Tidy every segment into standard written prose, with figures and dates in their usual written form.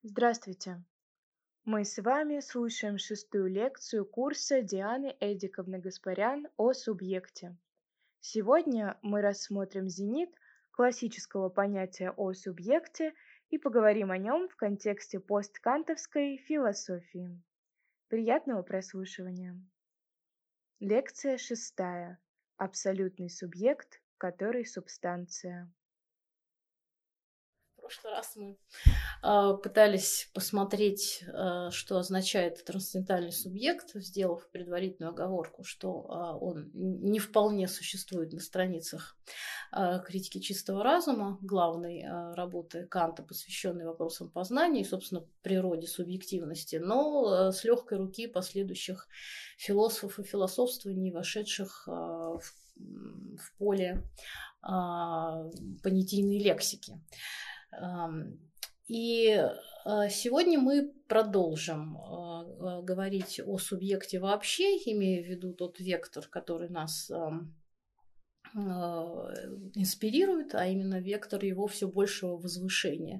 Здравствуйте! Мы с вами слушаем шестую лекцию курса Дианы Эдиковны Гаспарян о субъекте. Сегодня мы рассмотрим зенит классического понятия о субъекте и поговорим о нем в контексте посткантовской философии. Приятного прослушивания! Лекция шестая. Абсолютный субъект, который субстанция. В прошлый раз мы пытались посмотреть, что означает трансцендентальный субъект, сделав предварительную оговорку, что он не вполне существует на страницах критики чистого разума, главной работы Канта, посвященной вопросам познания и, собственно, природе субъективности, но с легкой руки последующих философов и философствований, вошедших в поле понятийной лексики. И сегодня мы продолжим говорить о субъекте вообще, имея в виду тот вектор, который нас инспирирует, а именно вектор его все большего возвышения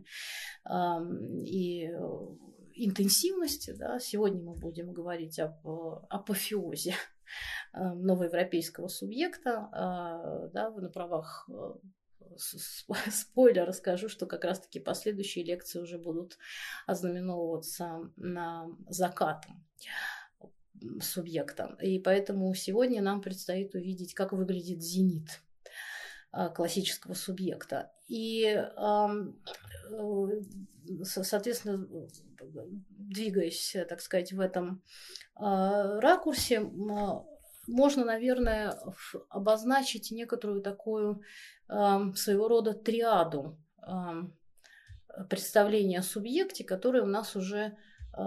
и интенсивности. Да. Сегодня мы будем говорить об апофеозе новоевропейского субъекта, да, на правах спойлера скажу, что как раз-таки последующие лекции уже будут ознаменовываться закатом субъекта. И поэтому сегодня нам предстоит увидеть, как выглядит зенит классического субъекта. И, соответственно, двигаясь, так сказать, в этом ракурсе, можно, наверное, обозначить некоторую такую своего рода триаду представления о субъекте, которая у нас уже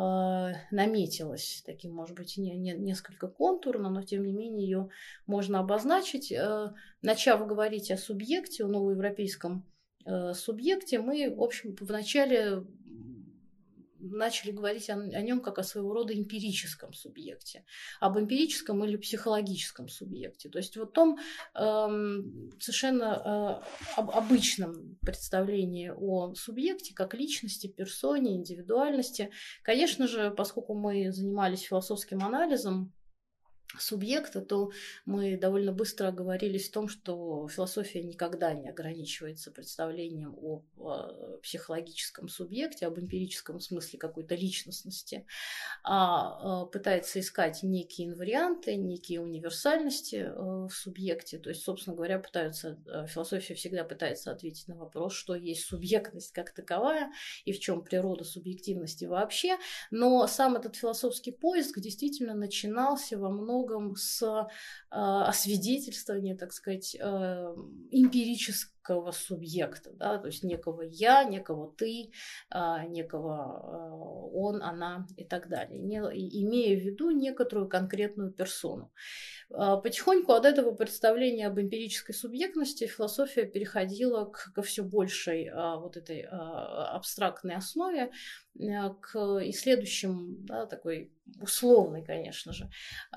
наметилась, таким, может быть, несколько контурно, но тем не менее ее можно обозначить. Начав говорить о субъекте, о новоевропейском субъекте, мы, в общем, вначале начали говорить о нем как о своего рода эмпирическом субъекте, об эмпирическом или психологическом субъекте. То есть вот том совершенно обычном представлении о субъекте как личности, персоне, индивидуальности. Конечно же, поскольку мы занимались философским анализом субъекта, то мы довольно быстро оговорились в том, что философия никогда не ограничивается представлением о психологическом субъекте, об эмпирическом смысле какой-то личностности, а пытается искать некие инварианты, некие универсальности в субъекте. То есть, собственно говоря, философия всегда пытается ответить на вопрос, что есть субъектность как таковая и в чем природа субъективности вообще. Но сам этот философский поиск действительно начинался во многом с освидетельствования, так сказать, эмпирического субъекта, да, то есть некого я, некого ты, некого он, она и так далее, имея в виду некоторую конкретную персону. Потихоньку от этого представления об эмпирической субъектности философия переходила ко все большей вот этой абстрактной основе, к и следующим, да, такой условной, конечно же,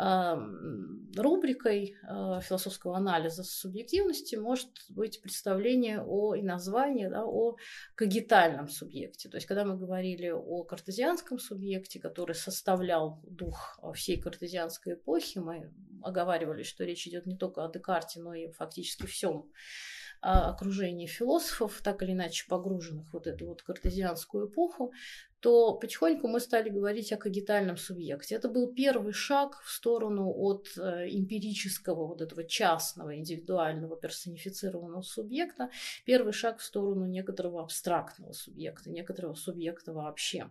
рубрикой философского анализа субъективности может быть представление и название, да, о когитальном субъекте. То есть, когда мы говорили о картезианском субъекте, который составлял дух всей картезианской эпохи, мы оговаривали, что речь идет не только о Декарте, но и фактически всем окружении философов, так или иначе погруженных в вот эту вот картезианскую эпоху, то потихоньку мы стали говорить о когитальном субъекте. Это был первый шаг в сторону от эмпирического, вот этого частного, индивидуального, персонифицированного субъекта, первый шаг в сторону некоторого абстрактного субъекта, некоторого субъекта вообще.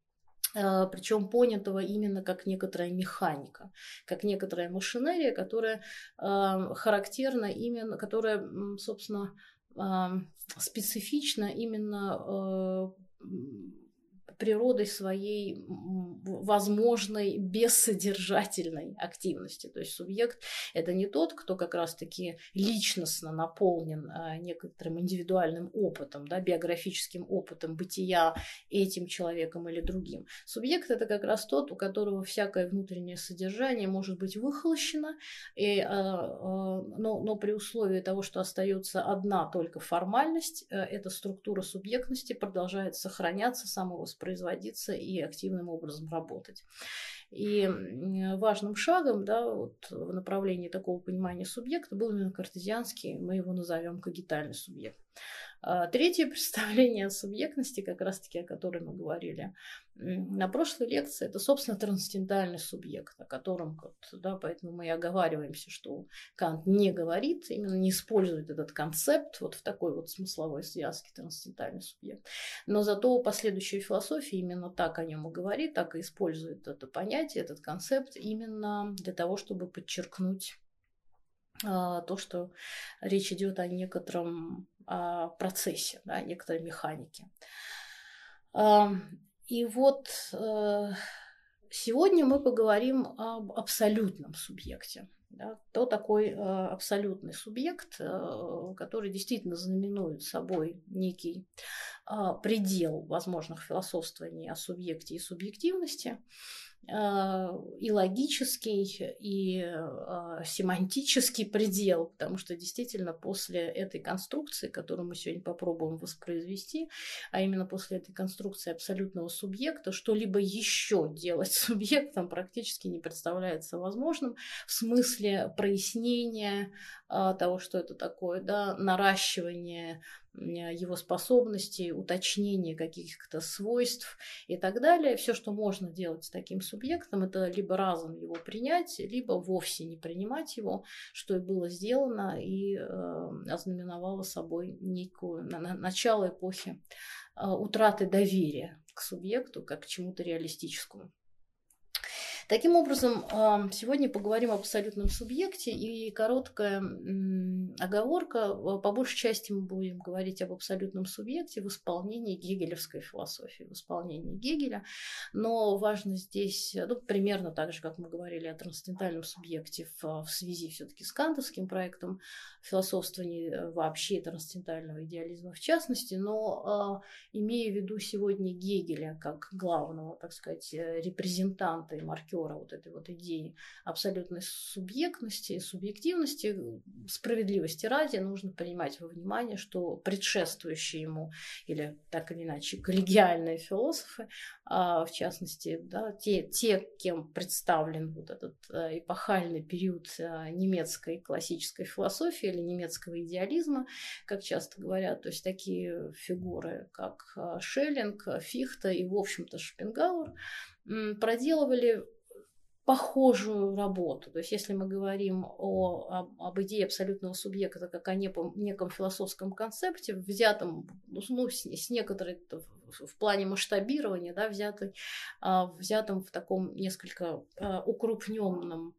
Причем понятого именно как некоторая механика, как некоторая машинерия, которая характерна именно, которая, собственно, специфична именно природой своей возможной бессодержательной активности. То есть субъект – это не тот, кто как раз-таки личностно наполнен некоторым индивидуальным опытом, да, биографическим опытом бытия этим человеком или другим. Субъект – это как раз тот, у которого всякое внутреннее содержание может быть выхолощено, но при условии того, что остается одна только формальность, эта структура субъектности продолжает сохраняться, самовосприниматься воспроизводиться и активным образом работать. И важным шагом, да, вот в направлении такого понимания субъекта был именно картезианский, мы его назовем когитальный субъект. Третье представление о субъектности, как раз-таки о которой мы говорили на прошлой лекции, это, собственно, трансцендентальный субъект, о котором, да, поэтому мы и оговариваемся, что Кант не говорит, именно не использует этот концепт вот в такой вот смысловой связке трансцендентальный субъект. Но зато последующая философия именно так о нем и говорит, так и использует это понятие, этот концепт именно для того, чтобы подчеркнуть то, что речь идет о некотором процессе, да, некоторой механике. И вот сегодня мы поговорим об абсолютном субъекте. Да, то такой абсолютный субъект, который действительно знаменует собой некий предел возможных философствований о субъекте и субъективности, и логический, и семантический предел, потому что действительно после этой конструкции, которую мы сегодня попробуем воспроизвести, а именно после этой конструкции абсолютного субъекта, что-либо еще делать с субъектом практически не представляется возможным в смысле прояснения того, что это такое, да, наращивания его способностей, уточнение каких-то свойств и так далее. Все, что можно делать с таким субъектом, это либо разом его принять, либо вовсе не принимать его, что и было сделано и ознаменовало собой некую начало эпохи утраты доверия к субъекту как к чему-то реалистическому. Таким образом, сегодня поговорим об абсолютном субъекте, и короткая оговорка. По большей части мы будем говорить об абсолютном субъекте в исполнении гегелевской философии, в исполнении Гегеля. Но важно здесь, ну, примерно так же, как мы говорили о трансцендентальном субъекте в связи все-таки с кантовским проектом философствования вообще трансцендентального идеализма в частности, но имея в виду сегодня Гегеля как главного, так сказать, репрезентанта и маркера вот этой вот идеи абсолютной субъектности и субъективности, справедливости ради, нужно принимать во внимание, что предшествующие ему, или так или иначе коллегиальные философы, в частности, да, те, кем представлен вот этот эпохальный период немецкой классической философии или немецкого идеализма, как часто говорят, то есть такие фигуры, как Шеллинг, Фихте и, в общем-то, Шопенгауэр, проделывали похожую работу. То есть если мы говорим об идее абсолютного субъекта как о неком философском концепте, взятом с некоторой в плане масштабирования, да, взятом в таком несколько укрупненном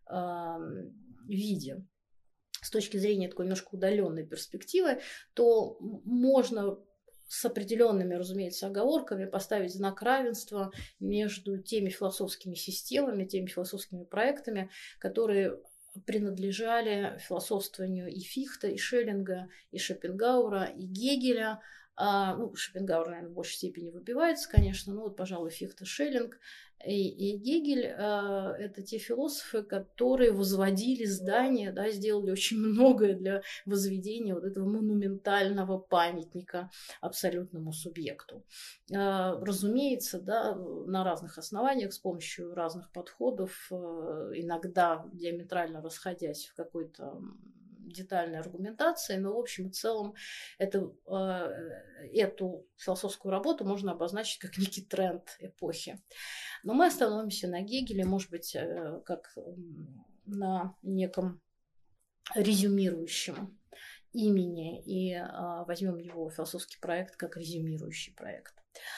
виде, с точки зрения такой немножко удаленной перспективы, то можно с определенными, разумеется, оговорками поставить знак равенства между теми философскими системами, теми философскими проектами, которые принадлежали философствованию и Фихте, и Шеллинга, и Шопенгауэра, и Гегеля. Шопенгауэр, наверное, в большей степени выбивается, конечно, но вот, пожалуй, Фихте, Шеллинг и Гегель это те философы, которые возводили здания, да, сделали очень многое для возведения вот этого монументального памятника абсолютному субъекту. Разумеется, да, на разных основаниях, с помощью разных подходов, иногда диаметрально расходясь в какой-то детальной аргументации, но в общем и целом эту философскую работу можно обозначить как некий тренд эпохи. Но мы остановимся на Гегеле, может быть, как на неком резюмирующем имени, и возьмем его философский проект как резюмирующий проект.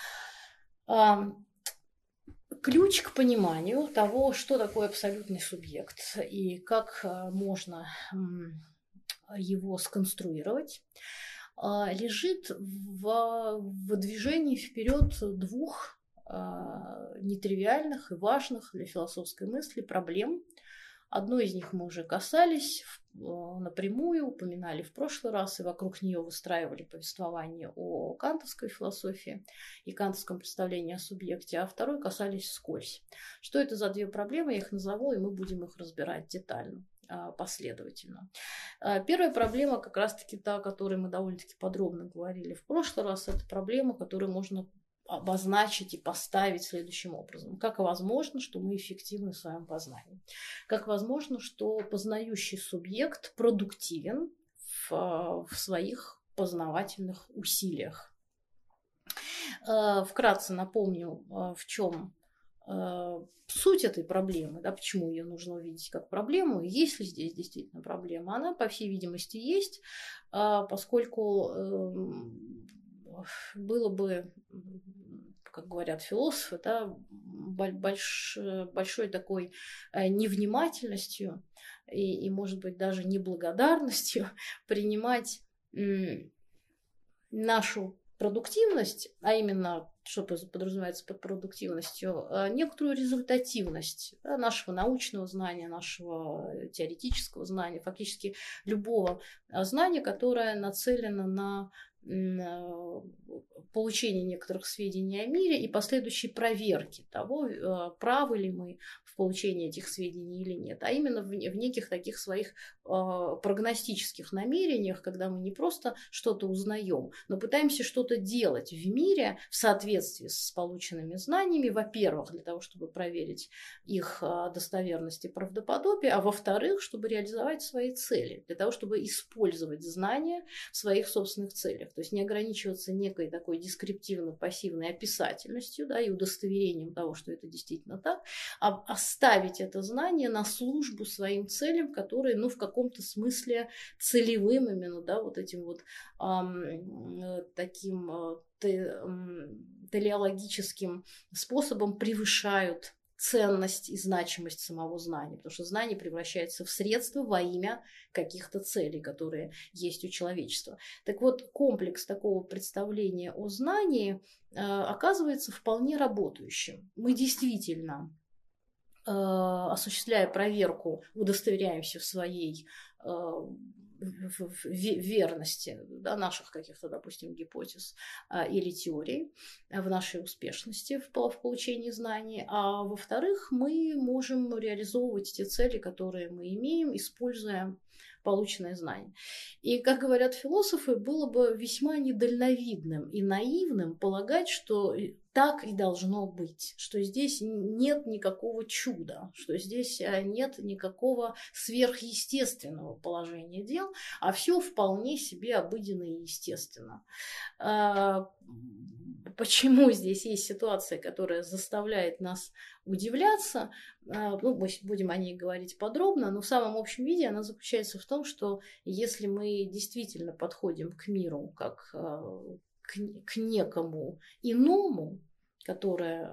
Ключ к пониманию того, что такое абсолютный субъект и как можно его сконструировать, лежит в движении вперед двух нетривиальных и важных для философской мысли проблем. Одной из них мы уже касались напрямую, упоминали в прошлый раз, и вокруг нее выстраивали повествование о кантовской философии и кантовском представлении о субъекте, а второй касались вскользь. Что это за две проблемы, я их назову, и мы будем их разбирать детально, последовательно. Первая проблема, как раз-таки та, о которой мы довольно-таки подробно говорили в прошлый раз, это проблема, которую можно обозначить и поставить следующим образом. Как возможно, что мы эффективны в своем познании? Как возможно, что познающий субъект продуктивен в своих познавательных усилиях? Вкратце напомню, в чем суть этой проблемы, да, почему ее нужно увидеть как проблему, есть ли здесь действительно проблема. Она, по всей видимости, есть, поскольку было бы, как говорят философы, да, большой такой невнимательностью и, может быть, даже неблагодарностью принимать нашу продуктивность, а именно, что подразумевается под продуктивностью, некоторую результативность, да, нашего научного знания, нашего теоретического знания, фактически любого знания, которое нацелено на получение некоторых сведений о мире и последующей проверки того, правы ли мы в получении этих сведений или нет, а именно в неких таких своих прогностических намерениях, когда мы не просто что-то узнаем, но пытаемся что-то делать в мире в соответствии с полученными знаниями, во-первых, для того, чтобы проверить их достоверность и правдоподобие, а во-вторых, чтобы реализовать свои цели, для того, чтобы использовать знания в своих собственных целях. То есть не ограничиваться некой такой дескриптивно-пассивной описательностью, да, и удостоверением того, что это действительно так, а оставить это знание на службу своим целям, которые, ну, в каком-то смысле целевым именно, да, вот этим вот таким телеологическим способом превышают ценность и значимость самого знания, потому что знание превращается в средство во имя каких-то целей, которые есть у человечества. Так вот, комплекс такого представления о знании оказывается вполне работающим. Мы действительно, осуществляя проверку, удостоверяемся в своей в верности, да, наших каких-то, допустим, гипотез или теорий, в нашей успешности в получении знаний. А во-вторых, мы можем реализовывать те цели, которые мы имеем, используя полученные знания. И, как говорят философы, было бы весьма недальновидным и наивным полагать, что так и должно быть, что здесь нет никакого чуда, что здесь нет никакого сверхъестественного положения дел, а все вполне себе обыденно и естественно. Почему здесь есть ситуация, которая заставляет нас удивляться? Ну, мы будем о ней говорить подробно, но в самом общем виде она заключается в том, что если мы действительно подходим к миру как к некому иному, которое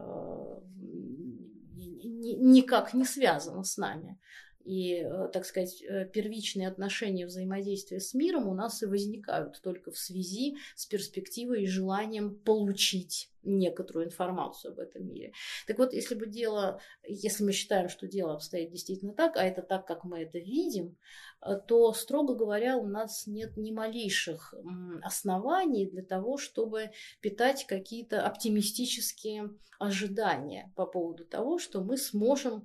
никак не связано с нами, и, так сказать, первичные отношения взаимодействия с миром у нас и возникают только в связи с перспективой и желанием получить некоторую информацию об этом мире. Так вот, если мы считаем, что дело обстоит действительно так, а это так, как мы это видим, то, строго говоря, у нас нет ни малейших оснований для того, чтобы питать какие-то оптимистические ожидания по поводу того, что мы сможем,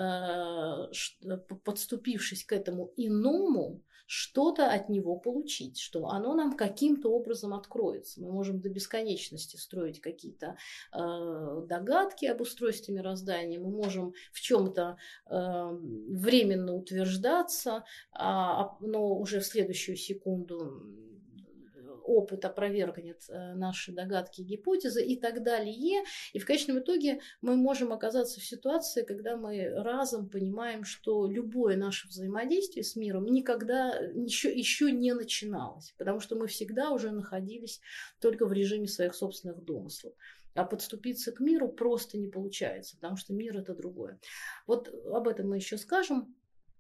подступившись к этому иному, что-то от него получить, что оно нам каким-то образом откроется. Мы можем до бесконечности строить какие-то догадки об устройстве мироздания, мы можем в чем-то временно утверждаться, но уже в следующую секунду опыт опровергнет наши догадки и гипотезы и так далее. И в конечном итоге мы можем оказаться в ситуации, когда мы разом понимаем, что любое наше взаимодействие с миром никогда еще не начиналось, потому что мы всегда уже находились только в режиме своих собственных домыслов. А подступиться к миру просто не получается, потому что мир – это другое. Вот об этом мы еще скажем.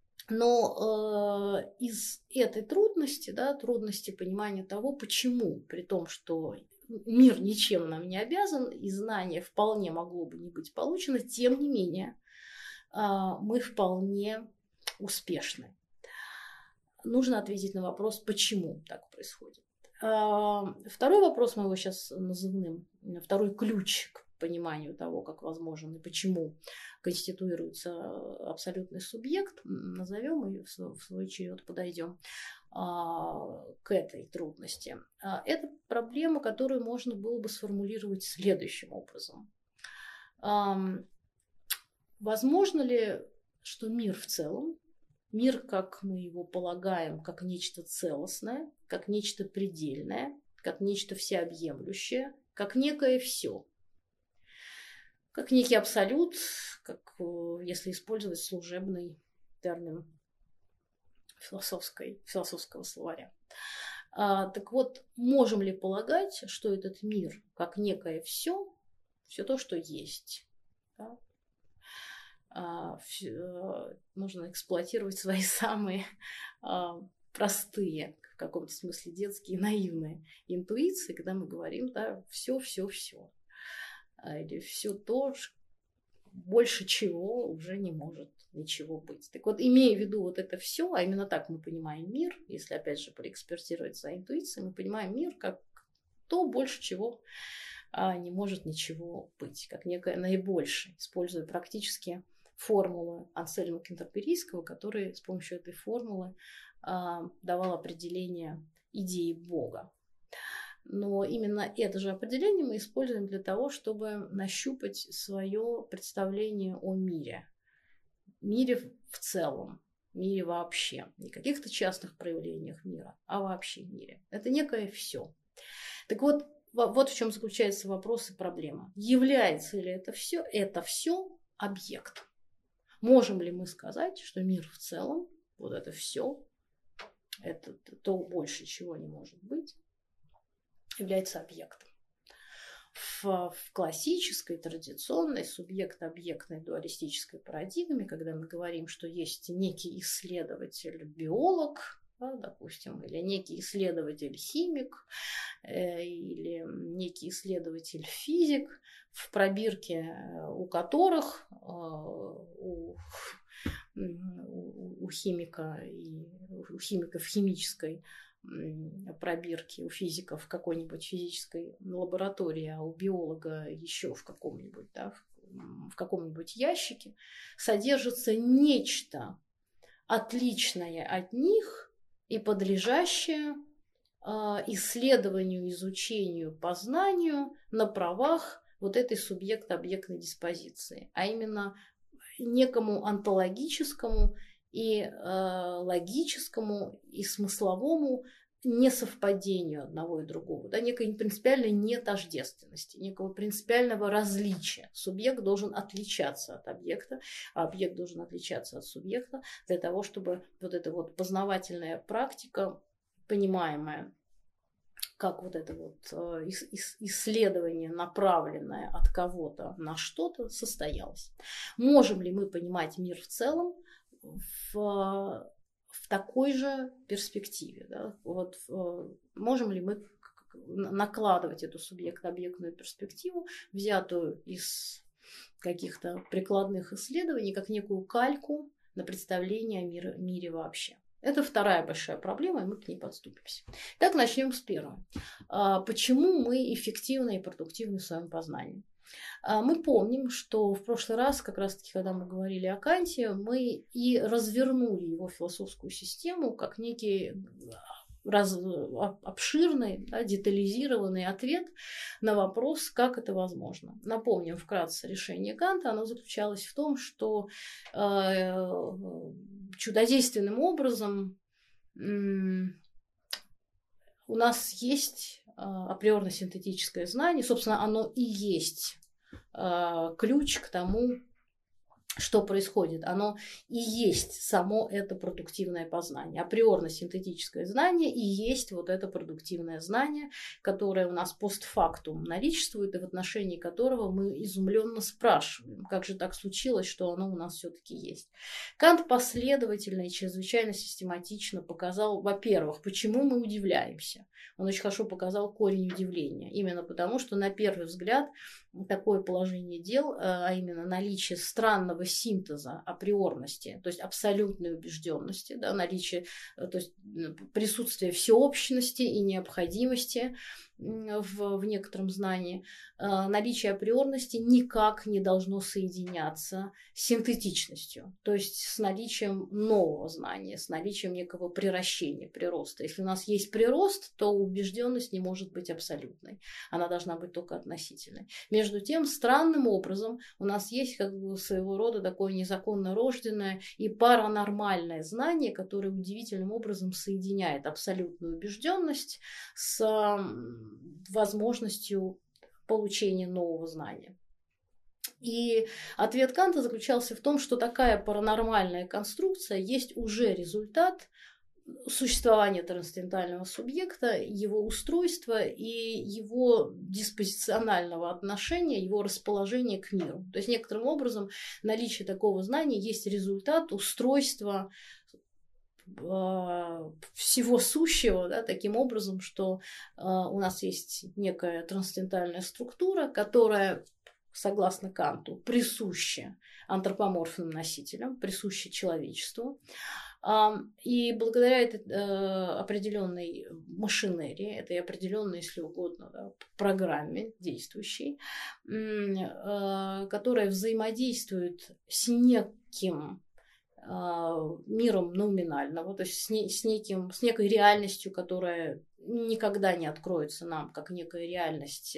Но из этой трудности, да, трудности понимания того, почему, при том, что мир ничем нам не обязан, и знание вполне могло бы не быть получено, тем не менее, мы вполне успешны. Нужно ответить на вопрос, почему так происходит. Второй вопрос, мы его сейчас назовем, второй ключ к пониманию того, как возможен и почему конституируется абсолютный субъект, назовем и в свой черед подойдем. к этой трудности. Это проблема, которую можно было бы сформулировать следующим образом. Возможно ли, что мир в целом, мир, как мы его полагаем, как нечто целостное, как нечто предельное, как нечто всеобъемлющее, как некое все, как некий абсолют, как если использовать служебный термин философского словаря. Так вот, можем ли полагать, что этот мир, как некое все то, что есть, да? Нужно эксплуатировать свои самые простые, в каком-то смысле детские, наивные интуиции, когда мы говорим, да, все. Или все то, больше чего уже не может ничего быть. Так вот, имея в виду вот это все, а именно так мы понимаем мир, если опять же проэкспертировать свои интуиции, мы понимаем мир как то, больше чего не может ничего быть, как некое наибольшее, используя практически формулы Ансельма Кентерберийского, который с помощью этой формулы давал определение идеи Бога. Но именно это же определение мы используем для того, чтобы нащупать свое представление о мире. Мире в целом, мире вообще. Не каких-то частных проявлениях мира, а вообще мире. Это некое все. Так вот, вот в чем заключается вопрос и проблема. Является ли это все объектом? Можем ли мы сказать, что мир в целом, вот это все, это то больше, чего не может быть, является объектом? В классической, традиционной, субъект-объектной дуалистической парадигме, когда мы говорим, что есть некий исследователь-биолог, да, допустим, или некий исследователь-химик, или некий исследователь-физик, в пробирке у которых у химика в химической пробирке, у физика в какой-нибудь физической лаборатории, а у биолога еще в каком-нибудь, да, в каком-нибудь ящике содержится нечто отличное от них и подлежащее исследованию, изучению, познанию на правах вот этой субъект-объектной диспозиции, а именно некому онтологическому и логическому и смысловому несовпадению одного и другого, да, некой принципиальной нетождественности, некого принципиального различия. Субъект должен отличаться от объекта, а объект должен отличаться от субъекта для того, чтобы вот эта вот познавательная практика, понимаемая как вот это вот исследование, направленное от кого-то на что-то, состоялось. Можем ли мы понимать мир в целом в такой же перспективе? Да? Вот, можем ли мы накладывать эту субъект-объектную перспективу, взятую из каких-то прикладных исследований, как некую кальку на представление о мире вообще? Это вторая большая проблема, и мы к ней подступимся. Так, начнем с первой. Почему мы эффективны и продуктивны в своем познании? Мы помним, что в прошлый раз, как раз-таки, когда мы говорили о Канте, мы и развернули его философскую систему как некий обширный, да, детализированный ответ на вопрос, как это возможно. Напомним вкратце решение Канта. Оно заключалось в том, что чудодейственным образом у нас есть априорно-синтетическое знание, собственно, оно и есть ключ к тому, что происходит. Оно и есть само это продуктивное познание. Априорно-синтетическое знание и есть вот это продуктивное знание, которое у нас постфактум наличествует, и в отношении которого мы изумленно спрашиваем, как же так случилось, что оно у нас все-таки есть. Кант последовательно и чрезвычайно систематично показал, во-первых, почему мы удивляемся. Он очень хорошо показал корень удивления. Именно потому, что на первый взгляд такое положение дел, а именно наличие странного синтеза априорности, то есть абсолютной убежденности, да, наличие, то есть присутствие всеобщности и необходимости в некотором знании, наличие априорности никак не должно соединяться с синтетичностью, то есть с наличием нового знания, с наличием некого приращения, прироста. Если у нас есть прирост, то убежденность не может быть абсолютной, она должна быть только относительной. Между тем, странным образом у нас есть как бы своего рода такое незаконно рожденное и паранормальное знание, которое удивительным образом соединяет абсолютную убежденность с возможностью получения нового знания. И ответ Канта заключался в том, что такая паранормальная конструкция есть уже результат существования трансцендентального субъекта, его устройства и его диспозиционального отношения, его расположения к миру. То есть некоторым образом наличие такого знания есть результат устройства всего сущего, да, таким образом, что у нас есть некая трансцендентальная структура, которая, согласно Канту, присуща антропоморфным носителям, присуща человечеству. И благодаря этой определенной машинерии, этой определенной, если угодно, да, программе действующей, которая взаимодействует с неким миром номинального, то есть с некой реальностью, которая никогда не откроется нам как некая реальность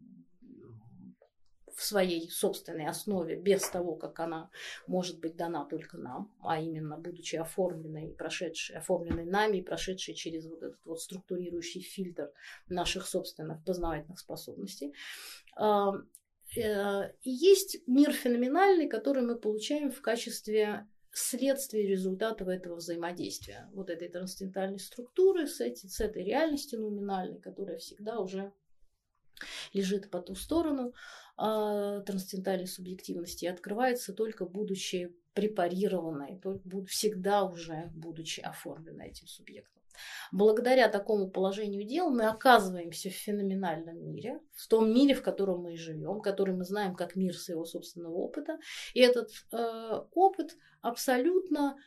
в своей собственной основе, без того, как она может быть дана только нам, а именно будучи оформленной нами и прошедшей через вот этот вот структурирующий фильтр наших собственных познавательных способностей. И есть мир феноменальный, который мы получаем в качестве следствие результатов этого взаимодействия, вот этой трансцендентальной структуры с этой реальностью номинальной, которая всегда уже лежит по ту сторону трансцендентальной субъективности и открывается только будучи препарированной, всегда уже будучи оформленной этим субъектом. Благодаря такому положению дел мы оказываемся в феноменальном мире, в том мире, в котором мы и живем, который мы знаем как мир своего собственного опыта. И этот опыт абсолютно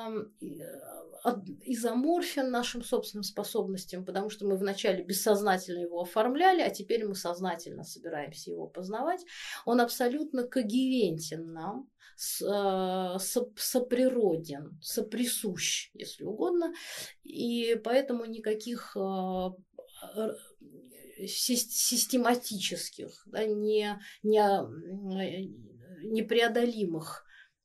изоморфен нашим собственным способностям, потому что мы вначале бессознательно его оформляли, а теперь мы сознательно собираемся его познавать. Он абсолютно когерентен нам, соприроден, соприсущ, если угодно, и поэтому никаких систематических, да, непреодолимых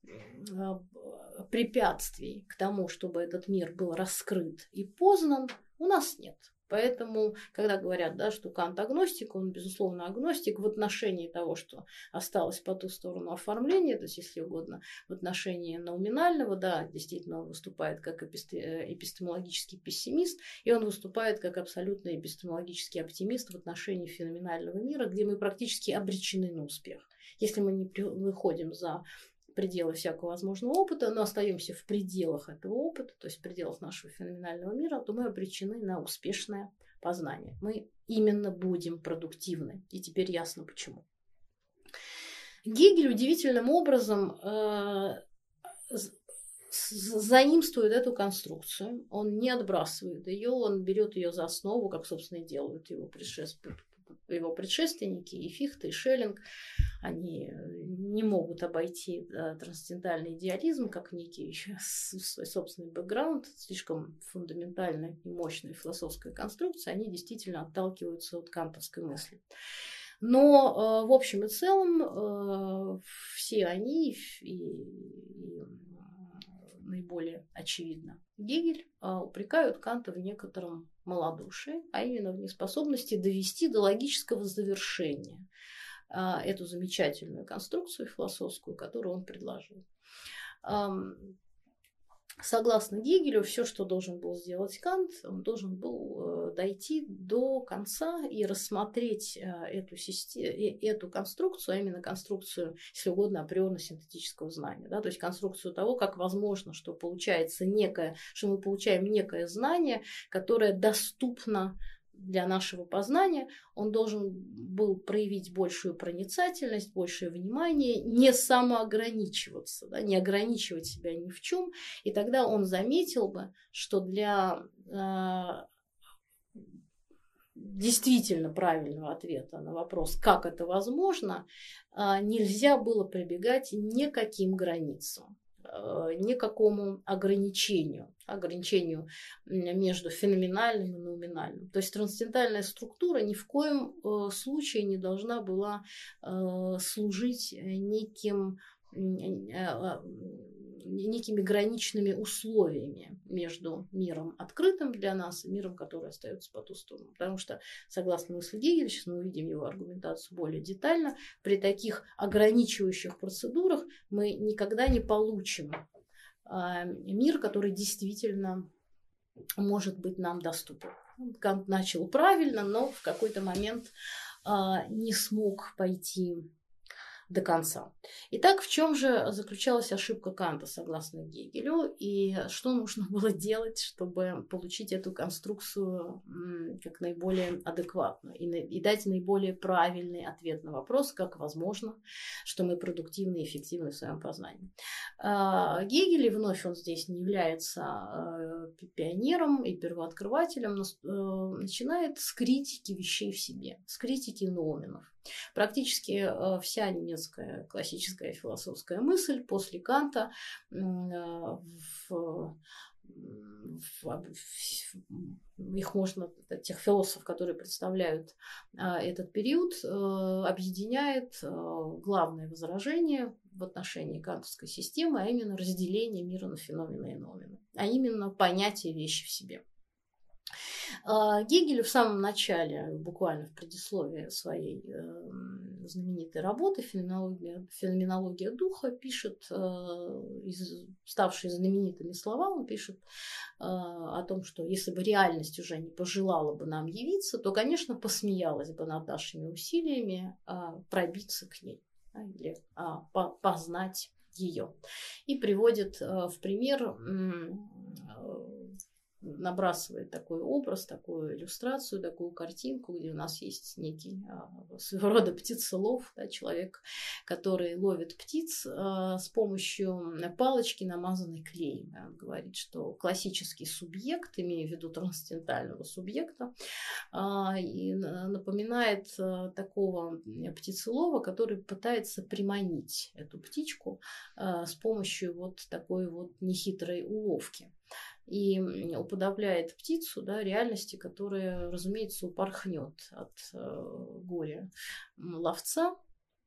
препятствий к тому, чтобы этот мир был раскрыт и познан, у нас нет. Поэтому, когда говорят, да, что Кант агностик, он, безусловно, агностик в отношении того, что осталось по ту сторону оформления, то есть, если угодно, в отношении номинального, да, действительно, он выступает как эпистемологический пессимист, и он выступает как абсолютно эпистемологический оптимист в отношении феноменального мира, где мы практически обречены на успех. Если мы не выходим за пределы всякого возможного опыта, но остаемся в пределах этого опыта, то есть в пределах нашего феноменального мира, то мы обречены на успешное познание. Мы именно будем продуктивны. И теперь ясно почему. Гегель удивительным образом заимствует эту конструкцию. Он не отбрасывает ее, он берет ее за основу, как, собственно, и делают его предшественники, и Фихте, и Шеллинг. Они не могут обойти трансцендентальный идеализм как некий свой собственный бэкграунд, слишком фундаментальная и мощная философская конструкция, они действительно отталкиваются от кантовской мысли. Но в общем и целом все они, и наиболее очевидно Гегель, упрекают Канта в некотором малодушии, а именно в неспособности довести до логического завершения эту замечательную конструкцию философскую, которую он предложил. Согласно Гегелю, все, что должен был сделать Кант, он должен был дойти до конца и рассмотреть эту конструкцию, а именно конструкцию, если угодно, априорно-синтетического знания. Да? То есть конструкцию того, как возможно, что получается что мы получаем некое знание, которое доступно для нашего познания. Он должен был проявить большую проницательность, большее внимание, не самоограничиваться, да, не ограничивать себя ни в чем. И тогда он заметил бы, что для действительно правильного ответа на вопрос, как это возможно, нельзя было прибегать никаким границам, никакому ограничению между феноменальным и номинальным. То есть трансцендентальная структура ни в коем случае не должна была служить некими граничными условиями между миром открытым для нас и миром, который остается по ту сторону. Потому что, согласно мысли Гегеля, сейчас мы увидим его аргументацию более детально, при таких ограничивающих процедурах мы никогда не получим мир, который действительно может быть нам доступен. Кант начал правильно, но в какой-то момент не смог пойти до конца. Итак, в чем же заключалась ошибка Канта, согласно Гегелю, и что нужно было делать, чтобы получить эту конструкцию как наиболее адекватную и дать наиболее правильный ответ на вопрос, как возможно, что мы продуктивны и эффективны в своем познании. Гегель, и вновь он здесь не является пионером и первооткрывателем, начинает с критики вещей в себе, с критики ноуменов. Практически вся немецкая классическая философская мысль после Канта их можно, тех философов, которые представляют этот период, объединяет главное возражение в отношении кантовской системы, а именно разделение мира на феномены и ноумены, а именно понятие вещи в себе. Гегель в самом начале, буквально в предисловии своей знаменитой работы «Феноменология духа», пишет, ставшие знаменитыми слова, он пишет о том, что если бы реальность уже не пожелала бы нам явиться, то, конечно, посмеялась бы над нашими усилиями пробиться к ней или познать ее. И приводит в пример, набрасывает такой образ, такую иллюстрацию, такую картинку, где у нас есть некий своего рода птицелов, да, человек, который ловит птиц с помощью палочки, намазанной клеем. Он говорит, что классический субъект, имея в виду трансцендентального субъекта, и напоминает такого птицелова, который пытается приманить эту птичку с помощью вот такой вот нехитрой уловки. И уподобляет птицу, да, реальности, которая, разумеется, упорхнет от горя ловца.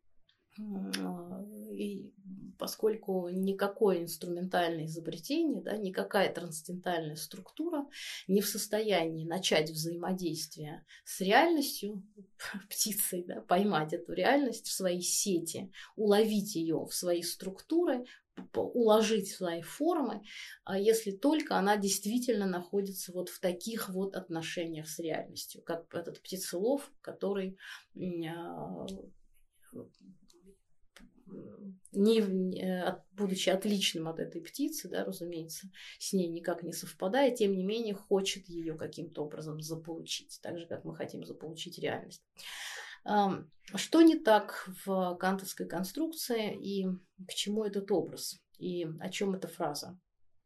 И поскольку никакое инструментальное изобретение, да, никакая трансцендентальная структура не в состоянии начать взаимодействие с реальностью, птицей, да, поймать эту реальность в свои сети, уловить ее в свои структуры, уложить в свои формы, если только она действительно находится вот в таких вот отношениях с реальностью, как этот птицелов, который, будучи отличным от этой птицы, да, разумеется, с ней никак не совпадая, тем не менее хочет ее каким-то образом заполучить, так же, как мы хотим заполучить реальность. Что не так в кантовской конструкции и к чему этот образ, и о чем эта фраза?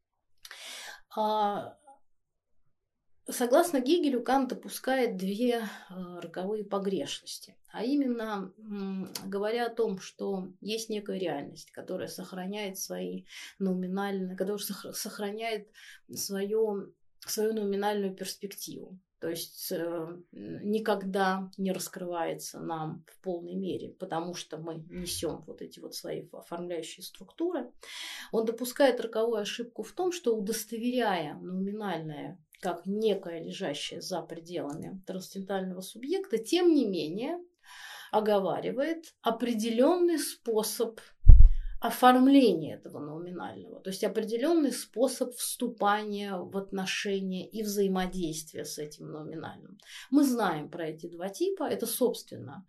Согласно Гегелю, Кант допускает две роковые погрешности, а именно говоря о том, что есть некая реальность, которая сохраняет свои номинальные, которая сохраняет свою номинальную перспективу. То есть никогда не раскрывается нам в полной мере, потому что мы несем вот эти вот свои оформляющие структуры. Он допускает роковую ошибку в том, что, удостоверяя номинальное как некое лежащее за пределами трансцендентального субъекта, тем не менее оговаривает определенный способ оформление этого номинального, то есть определенный способ вступания в отношения и взаимодействия с этим номинальным. Мы знаем про эти два типа. Это, собственно,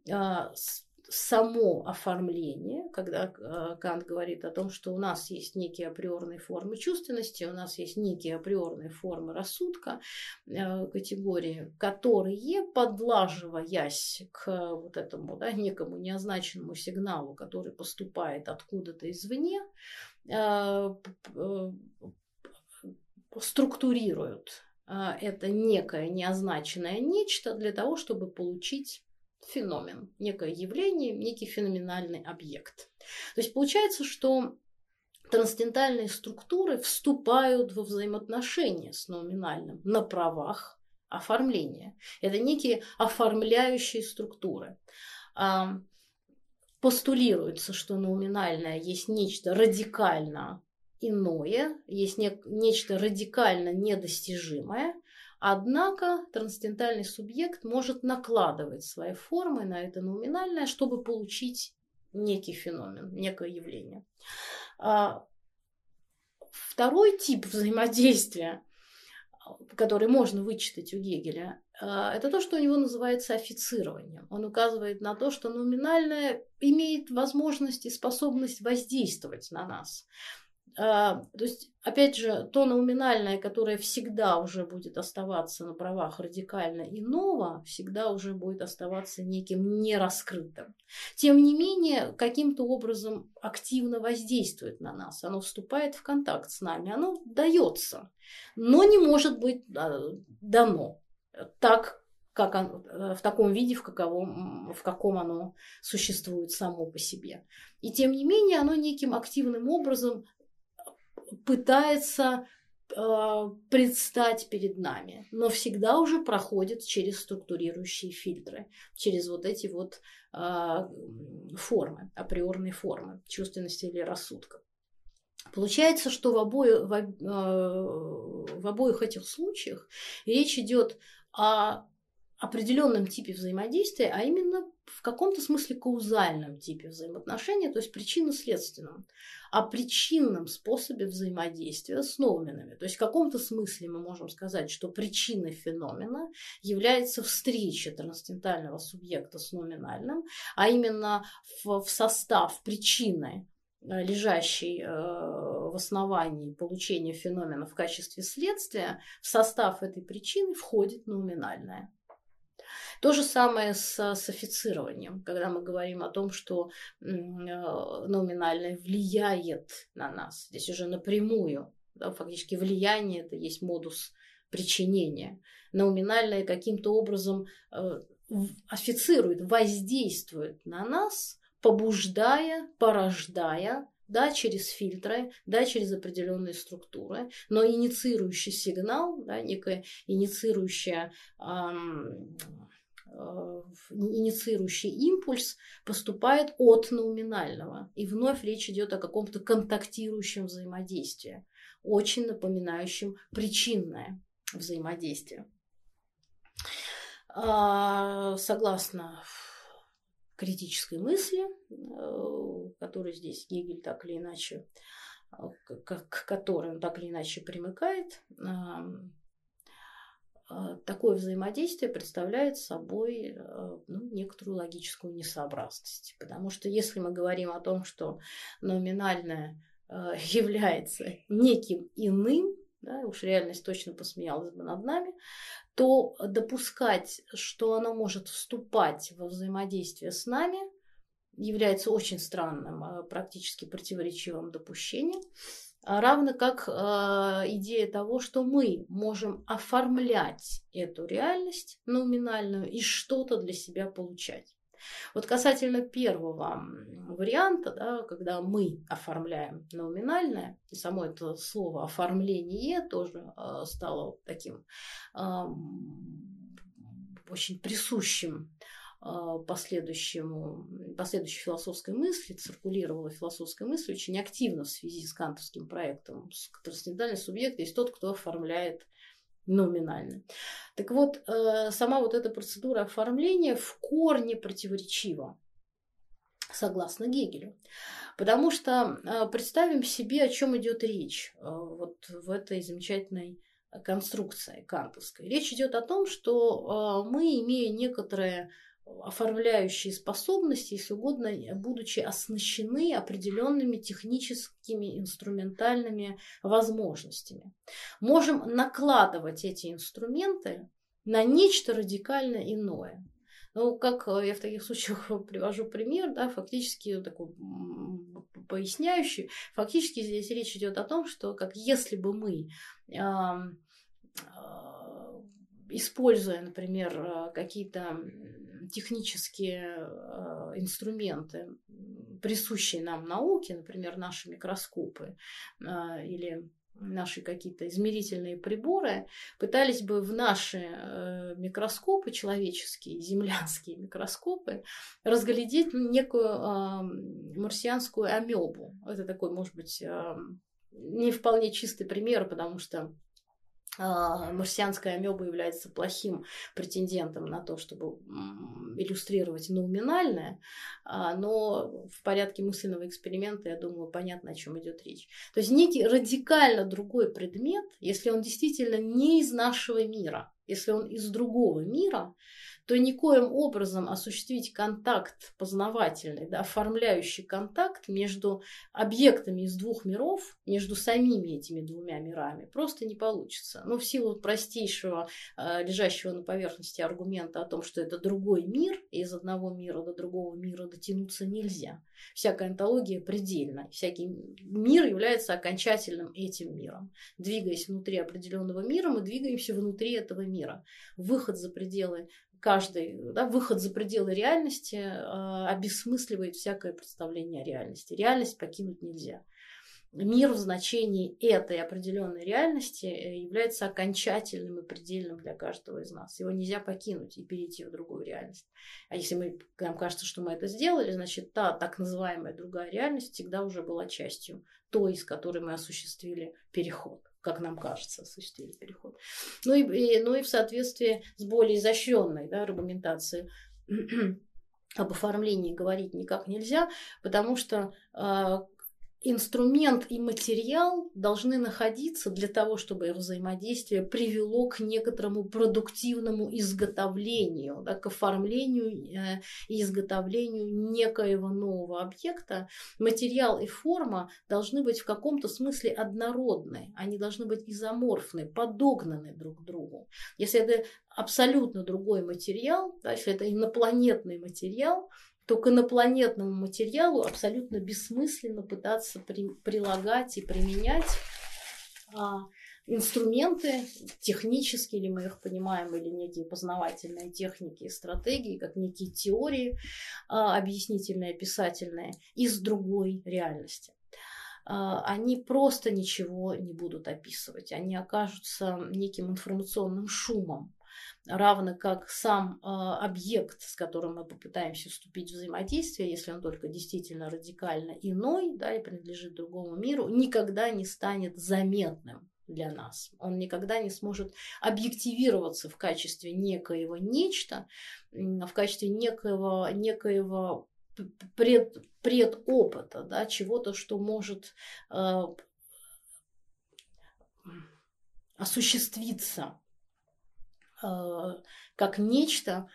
само оформление, когда Кант говорит о том, что у нас есть некие априорные формы чувственности, у нас есть некие априорные формы рассудка, категории, которые, подлаживаясь к вот этому, да, некому неозначенному сигналу, который поступает откуда-то извне, структурируют это некое неозначенное нечто для того, чтобы получить феномен, некое явление, некий феноменальный объект. То есть получается, что трансцендентальные структуры вступают во взаимоотношения с номинальным на правах оформления. Это некие оформляющие структуры. Постулируется, что номинальное есть нечто радикально иное, есть нечто радикально недостижимое, однако трансцендентальный субъект может накладывать свои формы на это номинальное, чтобы получить некий феномен, некое явление. Второй тип взаимодействия, который можно вычитать у Гегеля, это то, что у него называется офицированием. Он указывает на то, что номинальное имеет возможность и способность воздействовать на нас. То есть, опять же, то номинальное, которое всегда уже будет оставаться на правах радикально иного, всегда уже будет оставаться неким нераскрытым. Тем не менее, каким-то образом активно воздействует на нас. Оно вступает в контакт с нами, оно дается, но не может быть дано так, как в таком виде, в каком оно существует само по себе. И тем не менее, оно неким активным образом пытается предстать перед нами, но всегда уже проходит через структурирующие фильтры, через вот эти вот формы, априорные формы чувственности или рассудка. Получается, что в обоих этих случаях речь идет о определенном типе взаимодействия, а именно в каком-то смысле каузальном типе взаимоотношений, то есть причинно-следственном, о причинном способе взаимодействия с номинами. То есть в каком-то смысле мы можем сказать, что причиной феномена является встреча трансцендентального субъекта с номинальным, а именно в состав причины, лежащей в основании получения феномена в качестве следствия, в состав этой причины входит номинальное. То же самое с офицированием, когда мы говорим о том, что номинальное влияет на нас. Здесь уже напрямую, да, фактически влияние – это есть модус причинения. Номинальное каким-то образом официрует, воздействует на нас, побуждая, порождая, да, через фильтры, да, через определенные структуры, но инициирующий сигнал, да, некая инициирующий импульс поступает от номинального. И вновь речь идет о каком-то контактирующем взаимодействии, очень напоминающем причинное взаимодействие. Согласно критической мысли, которую здесь Гегель так или иначе, к которой он так или иначе примыкает, такое взаимодействие представляет собой некоторую логическую несообразность. Потому что если мы говорим о том, что номинальное является неким иным, да, уж реальность точно посмеялась бы над нами, то допускать, что оно может вступать во взаимодействие с нами, является очень странным, практически противоречивым допущением, равно как идея того, что мы можем оформлять эту реальность номинальную и что-то для себя получать. Вот касательно первого варианта, да, когда мы оформляем номинальное, и само это слово «оформление» тоже стало таким очень присущим последующей философской мысли, циркулировала философская мысль очень активно в связи с кантовским проектом. Трансцендентальный субъект есть тот, кто оформляет номинально. Так вот, сама вот эта процедура оформления в корне противоречива, согласно Гегелю. Потому что представим себе, о чем идет речь вот в этой замечательной конструкции кантовской. Речь идет о том, что мы, имея некоторые оформляющие способности, если угодно, будучи оснащены определенными техническими, инструментальными возможностями, можем накладывать эти инструменты на нечто радикально иное. Ну, как я в таких случаях привожу пример, да, фактически такой поясняющий, фактически здесь речь идет о том, что как если бы мы используя, например, какие-то технические инструменты, присущие нам науке, например, наши микроскопы или наши какие-то измерительные приборы, пытались бы в наши микроскопы человеческие, землянские микроскопы, разглядеть некую марсианскую амебу. Это такой, может быть, не вполне чистый пример, потому что марсианская амеба является плохим претендентом на то, чтобы иллюстрировать ноуминальное, но в порядке мысленного эксперимента, я думаю, понятно, о чем идет речь. То есть некий радикально другой предмет, если он действительно не из нашего мира, если он из другого мира, то никоим образом осуществить контакт познавательный, да, оформляющий контакт между объектами из двух миров, между самими этими двумя мирами, просто не получится. Но в силу простейшего, лежащего на поверхности аргумента о том, что это другой мир, и из одного мира до другого мира дотянуться нельзя. Всякая онтология предельна. Всякий мир является окончательным этим миром. Двигаясь внутри определенного мира, мы двигаемся внутри этого мира. Выход за пределы выход за пределы реальности обесмысливает всякое представление о реальности. Реальность покинуть нельзя. Мир в значении этой определенной реальности является окончательным и предельным для каждого из нас. Его нельзя покинуть и перейти в другую реальность. А если нам кажется, что мы это сделали, значит, та так называемая другая реальность всегда уже была частью той, из которой мы осуществили переход. Как нам кажется, осуществили переход. Ну и в соответствии с более изощренной, да, аргументацией об оформлении говорить никак нельзя, потому что инструмент и материал должны находиться для того, чтобы их взаимодействие привело к некоторому продуктивному изготовлению, да, к оформлению и изготовлению некоего нового объекта. Материал и форма должны быть в каком-то смысле однородны, они должны быть изоморфны, подогнаны друг к другу. Если это абсолютно другой материал, да, если это инопланетный материал, то к инопланетному материалу абсолютно бессмысленно пытаться прилагать и применять инструменты технические, или мы их понимаем, или некие познавательные техники и стратегии, как некие теории объяснительные, описательные из другой реальности. Они просто ничего не будут описывать, они окажутся неким информационным шумом, равно как сам объект, с которым мы попытаемся вступить в взаимодействие, если он только действительно радикально иной, да, и принадлежит другому миру, никогда не станет заметным для нас. Он никогда не сможет объективироваться в качестве некоего нечто, в качестве некоего предопыта, да, чего-то, что может осуществиться как нечто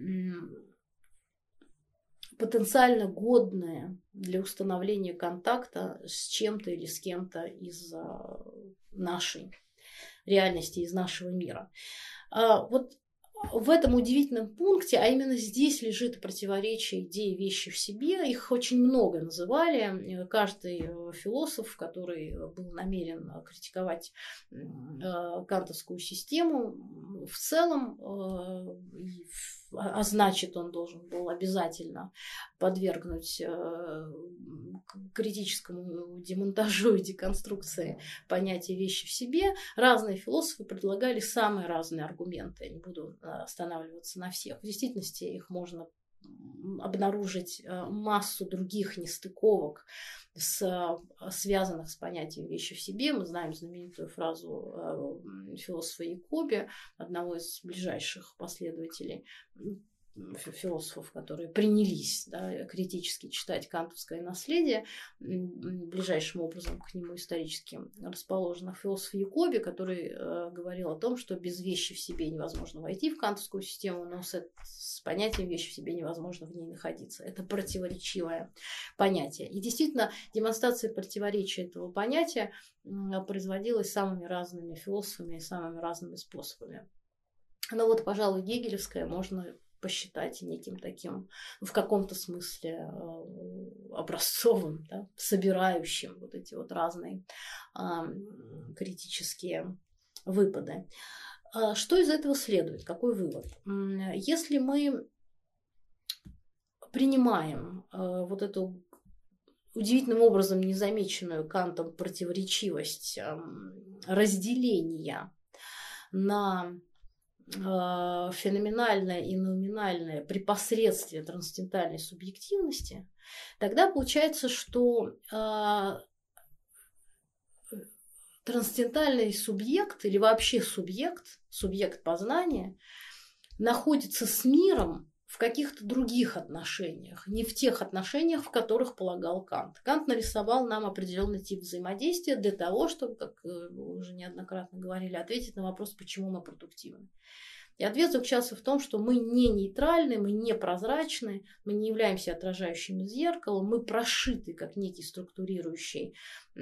потенциально годное для установления контакта с чем-то или с кем-то из нашей реальности, из нашего мира. Вот в этом удивительном пункте, а именно здесь лежит противоречие идеи вещи в себе. Их очень много называли. Каждый философ, который был намерен критиковать кантовскую систему, в целом, а значит, он должен был обязательно подвергнуть критическому демонтажу и деконструкции понятия вещи в себе, разные философы предлагали самые разные аргументы. Я не буду останавливаться на всех. В действительности их можно обнаружить массу других нестыковок, связанных с понятием вещи в себе. Мы знаем знаменитую фразу философа Якоби, одного из ближайших последователей философов, которые принялись, да, критически читать кантовское наследие, ближайшим образом к нему исторически расположенных, философ Якоби, который говорил о том, что без вещи в себе невозможно войти в кантовскую систему, но с понятием вещи в себе невозможно в ней находиться. Это противоречивое понятие. И действительно, демонстрация противоречия этого понятия производилась самыми разными философами и самыми разными способами. Но вот, пожалуй, гегелевская можно посчитать неким таким, в каком-то смысле образцовым, да, собирающим вот эти вот разные критические выпады. Что из этого следует? Какой вывод? Если мы принимаем вот эту удивительным образом незамеченную Кантом противоречивость разделения на феноменальное и номинальное при посредстве трансцендентальной субъективности, тогда получается, что трансцендентальный субъект или вообще субъект познания находится с миром в каких-то других отношениях, не в тех отношениях, в которых полагал Кант. Кант нарисовал нам определенный тип взаимодействия для того, чтобы, как вы уже неоднократно говорили, ответить на вопрос, почему мы продуктивны. И ответ заключался в том, что мы не нейтральны, мы не прозрачны, мы не являемся отражающим зеркалом, мы прошиты как некий структурирующий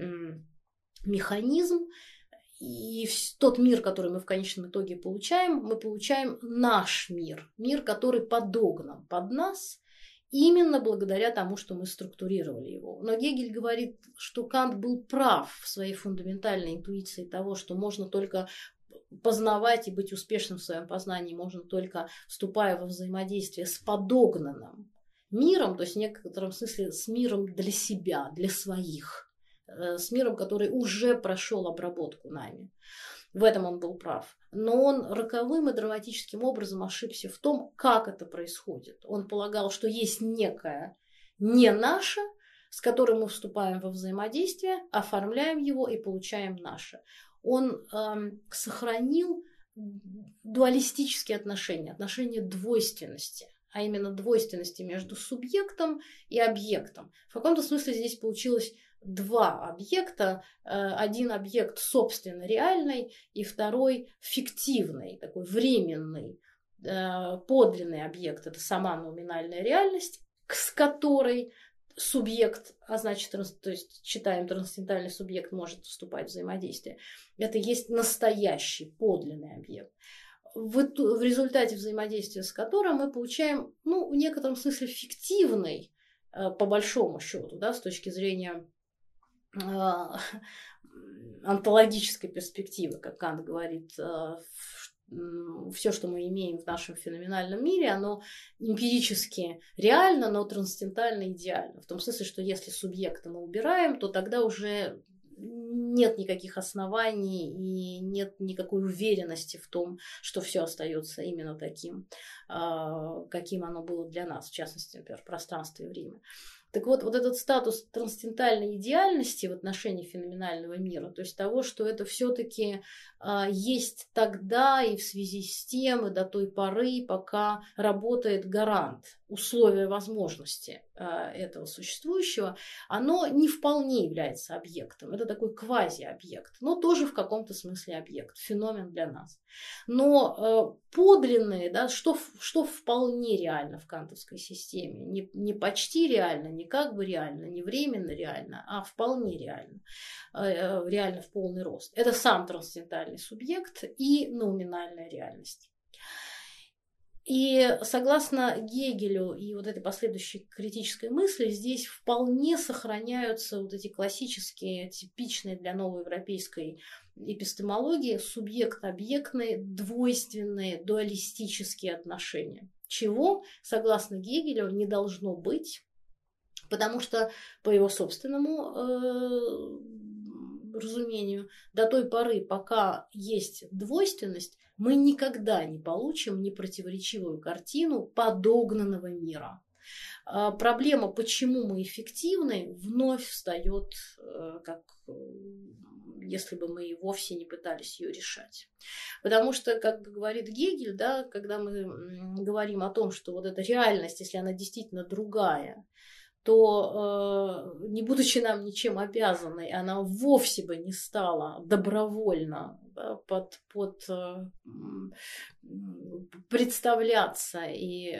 механизм. И тот мир, который мы в конечном итоге получаем, мы получаем наш мир, мир, который подогнан под нас, именно благодаря тому, что мы структурировали его. Но Гегель говорит, что Кант был прав в своей фундаментальной интуиции того, что можно только познавать и быть успешным в своем познании, можно только вступая во взаимодействие с подогнанным миром, то есть в некотором смысле с миром для себя, для своих, с миром, который уже прошел обработку нами. В этом он был прав. Но он роковым и драматическим образом ошибся в том, как это происходит. Он полагал, что есть некое не наше, с которым мы вступаем во взаимодействие, оформляем его и получаем наше. Он сохранил дуалистические отношения, отношения двойственности, а именно двойственности между субъектом и объектом. В каком-то смысле здесь получилось два объекта. Один объект собственно реальный, и второй фиктивный, такой временный, подлинный объект. Это сама номинальная реальность, с которой субъект, а значит, то есть читаем, трансцендентальный субъект может вступать в взаимодействие. Это есть настоящий, подлинный объект. В результате взаимодействия с которым мы получаем, в некотором смысле фиктивный, по большому счету, да, с точки зрения онтологической перспективы, как Кант говорит, все, что мы имеем в нашем феноменальном мире, оно эмпирически реально, но трансцендентально идеально. В том смысле, что если субъекта мы убираем, то тогда уже нет никаких оснований и нет никакой уверенности в том, что все остается именно таким, каким оно было для нас, в частности, например, пространство и время. Так вот, вот этот статус трансцендентальной идеальности в отношении феноменального мира, то есть того, что это все-таки есть тогда и в связи с тем, и до той поры, пока работает гарант, условия возможности этого существующего, оно не вполне является объектом. Это такой квазиобъект, но тоже в каком-то смысле объект, феномен для нас. Но подлинные, да, что вполне реально в кантовской системе, не почти реально, не как бы реально, не временно реально, а вполне реально, реально в полный рост. Это сам трансцендентальный субъект и номинальная реальность. И согласно Гегелю и вот этой последующей критической мысли, здесь вполне сохраняются вот эти классические, типичные для новоевропейской эпистемологии субъект-объектные, двойственные, дуалистические отношения. Чего, согласно Гегелю, не должно быть, потому что, по его собственному разумению, до той поры, пока есть двойственность, мы никогда не получим непротиворечивую картину подогнанного мира. Проблема, почему мы эффективны, вновь встает, как если бы мы вовсе не пытались ее решать. Потому что, как говорит Гегель, да, когда мы говорим о том, что вот эта реальность, если она действительно другая, то, не будучи нам ничем обязанной, она вовсе бы не стала добровольно, да, представляться и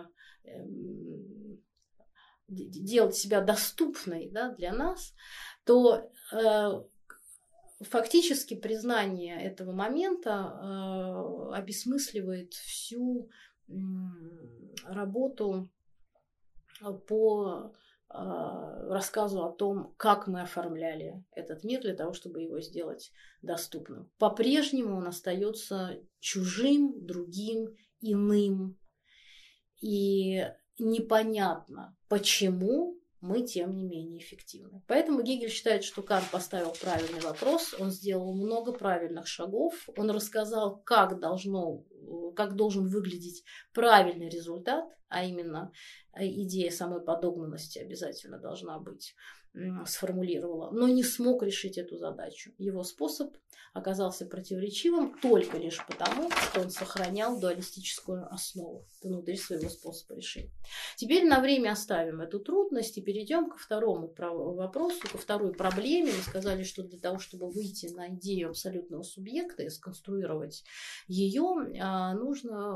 делать себя доступной, да, для нас, то фактически признание этого момента обесмысливает всю работу по рассказу о том, как мы оформляли этот мир для того, чтобы его сделать доступным. По-прежнему он остается чужим, другим, иным. И непонятно, почему мы, тем не менее, эффективны. Поэтому Гегель считает, что Кант поставил правильный вопрос, он сделал много правильных шагов, он рассказал, как должен выглядеть правильный результат, а именно идея самой подогнанности обязательно должна быть сформулировала, но не смог решить эту задачу. Его способ оказался противоречивым только лишь потому, что он сохранял дуалистическую основу внутри своего способа решения. Теперь на время оставим эту трудность и перейдем ко второму вопросу, ко второй проблеме. Мы сказали, что для того, чтобы выйти на идею абсолютного субъекта и сконструировать ее, нужно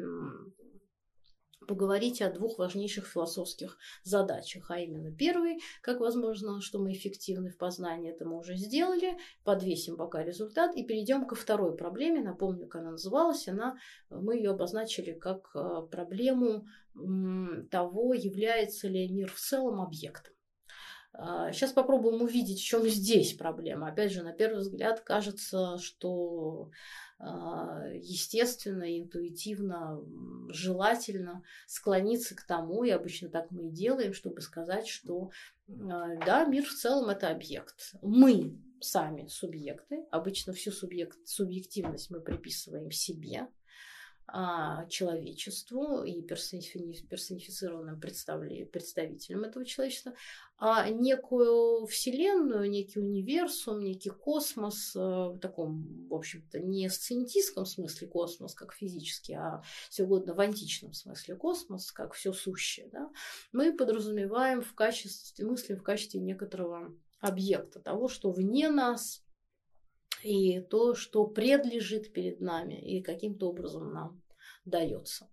поговорить о двух важнейших философских задачах, а именно первый, как возможно, что мы эффективны в познании, это мы уже сделали, подвесим пока результат и перейдем ко второй проблеме, напомню, как она называлась, мы ее обозначили как проблему того, является ли мир в целом объектом. Сейчас попробуем увидеть, в чем здесь проблема. Опять же, на первый взгляд кажется, что естественно, интуитивно, желательно склониться к тому, и обычно так мы и делаем, чтобы сказать, что да, мир в целом это объект. Мы сами субъекты, обычно всю субъективность мы приписываем себе, человечеству и персонифицированным представителям этого человечества, а некую вселенную, некий универсум, некий космос, в таком, в общем-то, не сценетистском смысле космос, как физический, а все угодно в античном смысле космос, как все сущее, да, мы подразумеваем мыслим в качестве некоторого объекта, того, что вне нас, и то, что предлежит перед нами и каким-то образом нам дается.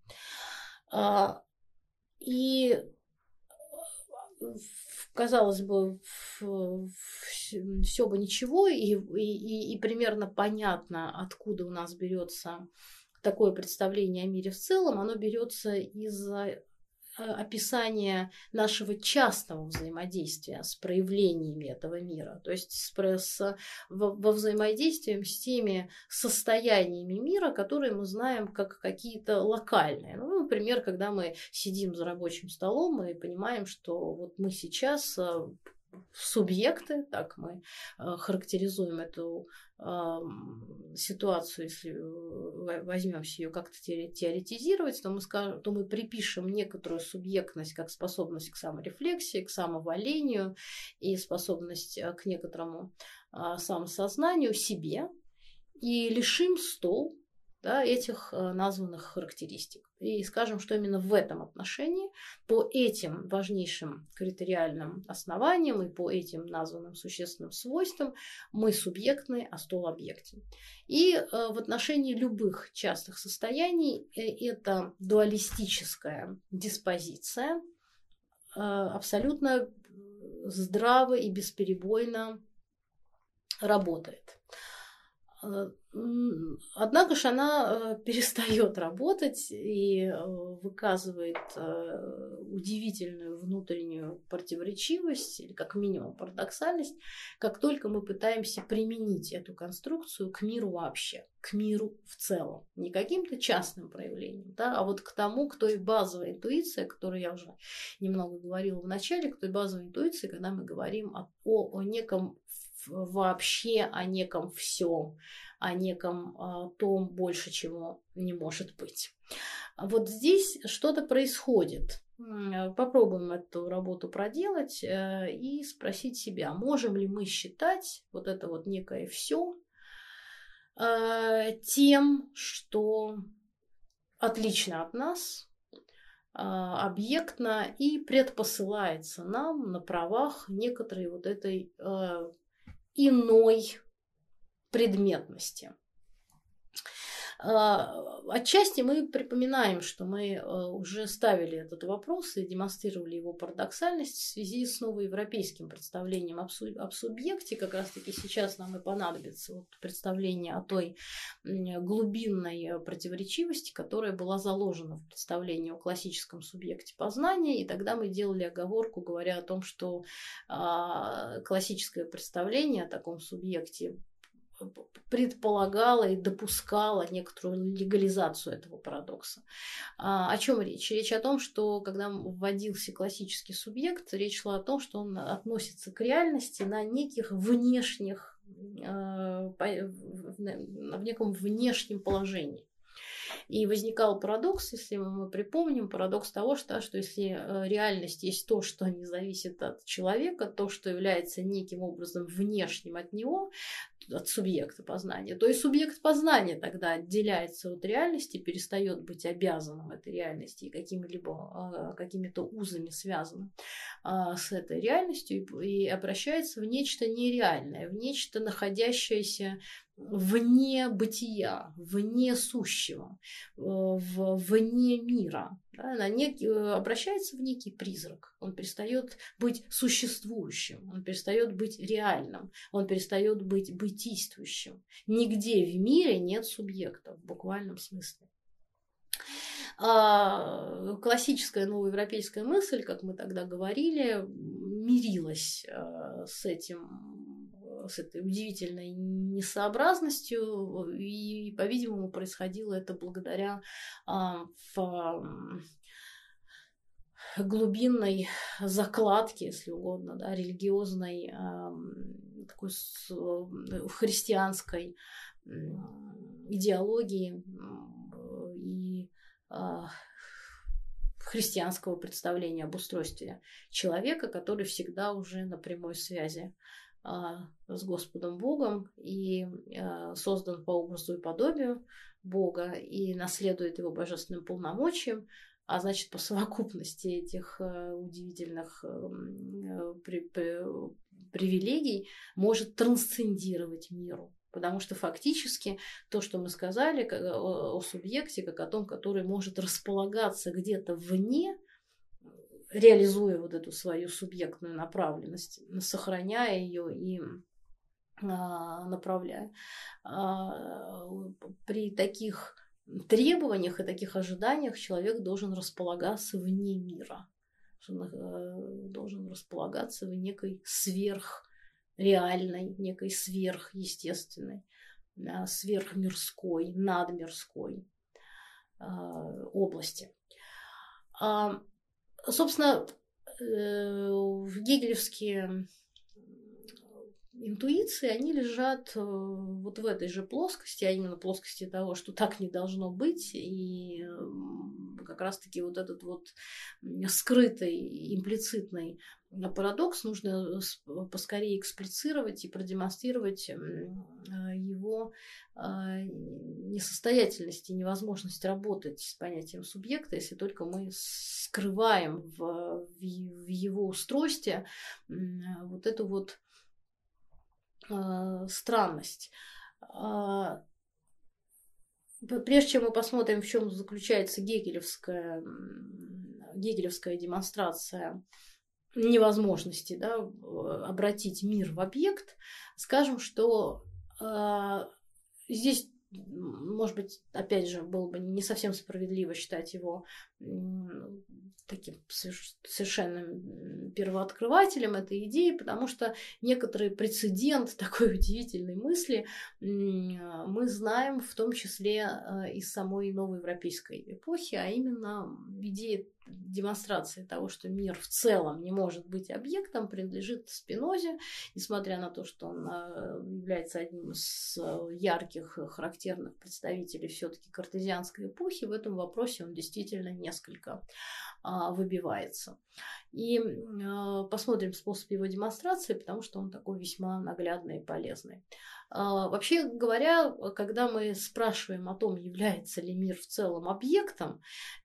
И, казалось бы, все бы ничего, и примерно понятно, откуда у нас берется такое представление о мире в целом. Оно берется из описание нашего частного взаимодействия с проявлениями этого мира, то есть во взаимодействии с теми состояниями мира, которые мы знаем как какие-то локальные. Ну, например, когда мы сидим за рабочим столом и понимаем, что вот мы сейчас субъекты, так мы характеризуем эту ситуацию, если возьмемся ее как-то теоретизировать, то мы припишем некоторую субъектность как способность к саморефлексии, к самовалению и способность к некоторому самосознанию себе и лишим стол, да, этих названных характеристик. И скажем, что именно в этом отношении, по этим важнейшим критериальным основаниям и по этим названным существенным свойствам мы субъектны, а стол объектен. И в отношении любых частных состояний эта дуалистическая диспозиция абсолютно здраво и бесперебойно работает. Однако же она перестает работать и выказывает удивительную внутреннюю противоречивость или как минимум парадоксальность, как только мы пытаемся применить эту конструкцию к миру вообще, к миру в целом. Не каким-то частным проявлением, да, а вот к тому, к той базовой интуиции, о которой я уже немного говорила в начале, к той базовой интуиции, когда мы говорим о неком вообще, о неком всем, о неком том больше, чего не может быть. Вот здесь что-то происходит. Попробуем эту работу проделать и спросить себя, можем ли мы считать вот это вот некое все тем, что отлично от нас, объектно и предпосылается нам на правах некоторой вот этой иной предметности. Отчасти мы припоминаем, что мы уже ставили этот вопрос и демонстрировали его парадоксальность в связи с новоевропейским представлением об субъекте. Как раз-таки сейчас нам и понадобится вот представление о той глубинной противоречивости, которая была заложена в представлении о классическом субъекте познания. И тогда мы делали оговорку, говоря о том, что классическое представление о таком субъекте предполагала и допускала некоторую легализацию этого парадокса. О чем речь? Речь о том, что когда вводился классический субъект, речь шла о том, что он относится к реальности на неких внешних, в неком внешнем положении. И возникал парадокс, если мы припомним, парадокс того, что если реальность есть то, что не зависит от человека, то, что является неким образом внешним от него, от субъекта познания, то и субъект познания тогда отделяется от реальности, перестает быть обязанным этой реальности и какими-то узами связанным с этой реальностью и обращается в нечто нереальное, в нечто находящееся вне бытия, вне сущего, вне мира. Да, обращается в некий призрак. Он перестает быть существующим, он перестает быть реальным, он перестает быть бытийствующим. Нигде в мире нет субъекта в буквальном смысле. Классическая новоевропейская мысль, как мы тогда говорили, мирилась с этой удивительной несообразностью, и, по-видимому, происходило это благодаря глубинной закладке, если угодно, да, религиозной, такой христианской идеологии и христианского представления об устройстве человека, который всегда уже на прямой связи с Господом Богом и создан по образу и подобию Бога и наследует его божественным полномочиям, а значит, по совокупности этих удивительных привилегий может трансцендировать миру. Потому что фактически то, что мы сказали о субъекте, как о том, который может располагаться где-то вне, реализуя вот эту свою субъектную направленность, сохраняя ее и направляя. При таких требованиях и таких ожиданиях человек должен располагаться вне мира, должен располагаться в некой сверхреальной, некой сверхъестественной, сверхмирской, надмирской области. Собственно, гегелевские интуиции, они лежат вот в этой же плоскости, а именно плоскости того, что так не должно быть, и как раз-таки вот этот вот скрытый, имплицитный парадокс нужно поскорее эксплицировать и продемонстрировать его несостоятельность и невозможность работать с понятием субъекта, если только мы скрываем в его устройстве вот эту вот странность. Прежде чем мы посмотрим, в чем заключается гегелевская демонстрация невозможности, да, обратить мир в объект, скажем, что здесь, может быть, опять же, было бы не совсем справедливо считать его таким совершенно первооткрывателем этой идеи, потому что некоторый прецедент такой удивительной мысли мы знаем в том числе из самой новоевропейской эпохи, а именно идея демонстрации того, что мир в целом не может быть объектом, принадлежит Спинозе, несмотря на то, что он является одним из ярких, характерных представителей все-таки картезианской эпохи, в этом вопросе он действительно несколько выбивается. И посмотрим способ его демонстрации, потому что он такой весьма наглядный и полезный. Вообще говоря, когда мы спрашиваем о том, является ли мир в целом объектом,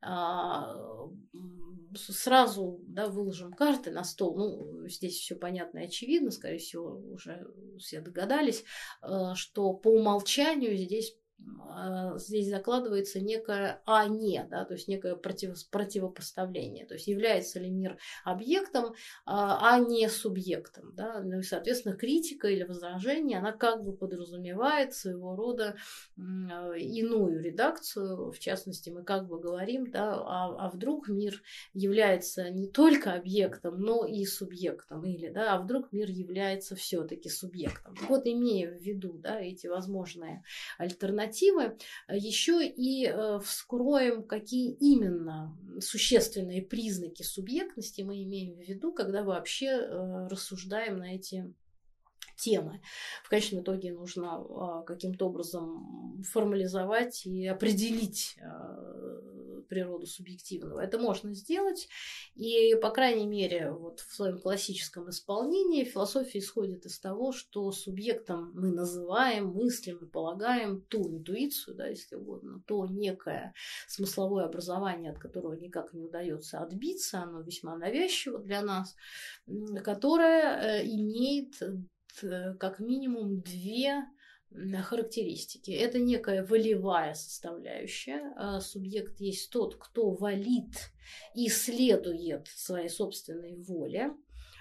сразу, да, выложим карты на стол. Ну, здесь все понятно и очевидно, скорее всего, уже все догадались, что по умолчанию здесь здесь закладывается некое «а не», да, то есть некое противопоставление. То есть является ли мир объектом, а не субъектом. Да? Ну и, соответственно, критика или возражение, она как бы подразумевает своего рода иную редакцию. В частности, мы как бы говорим, да, а вдруг мир является не только объектом, но и субъектом. Или, да, а вдруг мир является все-таки субъектом. Вот имея в виду, да, эти возможные альтернативы, еще и вскроем, какие именно существенные признаки субъектности мы имеем в виду, когда вообще рассуждаем на эти темы. В конечном итоге нужно каким-то образом формализовать и определить природу субъективного. Это можно сделать, и, по крайней мере, вот в своем классическом исполнении философия исходит из того, что субъектом мы называем, мыслим и полагаем ту интуицию, да, если угодно, то некое смысловое образование, от которого никак не удается отбиться, оно весьма навязчиво для нас, которое имеет как минимум две характеристики. Это некая волевая составляющая. Субъект есть тот, кто валит и следует своей собственной воле,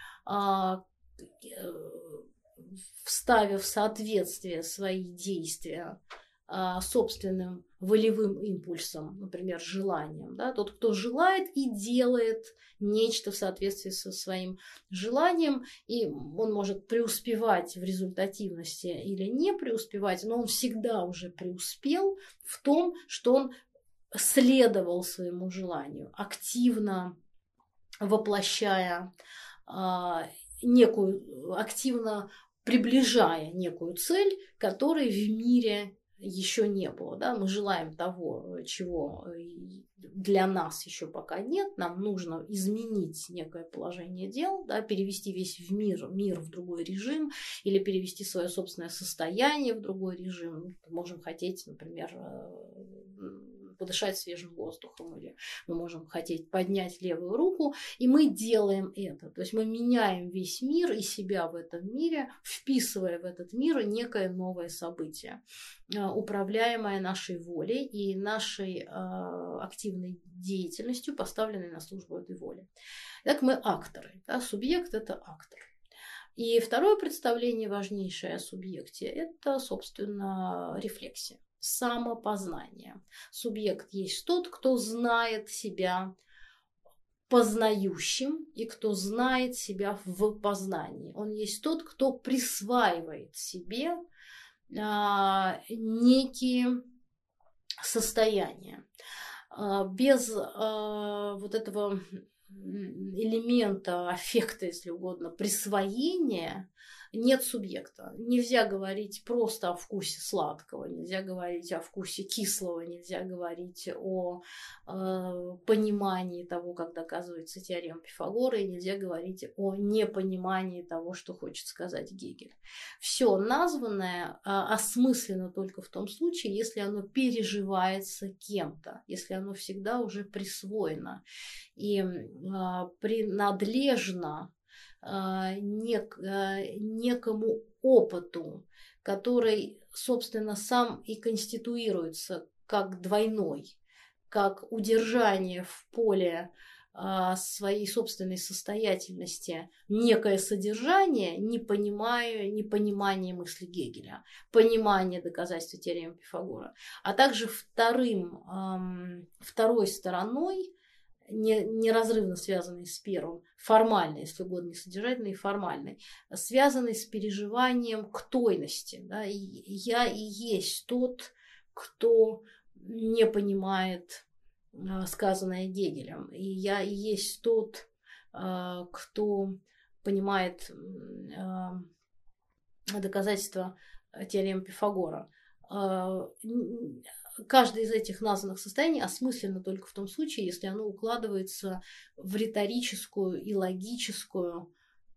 вставив в соответствие свои действия собственным волевым импульсом, например, желанием. Да? Тот, кто желает и делает нечто в соответствии со своим желанием, и он может преуспевать в результативности или не преуспевать, но он всегда уже преуспел в том, что он следовал своему желанию, активно воплощая активно приближая некую цель, которой в мире еще не было. Да? Мы желаем того, чего для нас еще пока нет. Нам нужно изменить некое положение дел, да? Перевести весь мир в другой режим или перевести свое собственное состояние в другой режим. Мы можем хотеть, например, подышать свежим воздухом, или мы можем хотеть поднять левую руку, и мы делаем это. То есть мы меняем весь мир и себя в этом мире, вписывая в этот мир некое новое событие, управляемое нашей волей и нашей активной деятельностью, поставленной на службу этой воли. Так мы акторы. Да? Субъект – это актор. И второе представление важнейшее о субъекте – это, собственно, рефлексия. Самопознание. Субъект есть тот, кто знает себя познающим и кто знает себя в познании. Он есть тот, кто присваивает себе некие состояния. Без вот этого элемента аффекта, если угодно, присвоения, нет субъекта. Нельзя говорить просто о вкусе сладкого, нельзя говорить о вкусе кислого, нельзя говорить о понимании того, как доказывается теорема Пифагора, и нельзя говорить о непонимании того, что хочет сказать Гегель. Все названное осмысленно только в том случае, если оно переживается кем-то, если оно всегда уже присвоено и принадлежно некому опыту, который, собственно, сам и конституируется как двойной, как удержание в поле своей собственной состоятельности некое содержание, непонимание мысли Гегеля, понимание доказательства теоремы Пифагора, а также второй стороной, неразрывно связанный с первым, формальный, если угодно, не содержательный, формальный, связанный с переживанием ктойности. Да? И я и есть тот, кто не понимает сказанное Гегелем. И я и есть тот, кто понимает доказательства теоремы Пифагора. Каждое из этих названных состояний осмысленно только в том случае, если оно укладывается в риторическую и логическую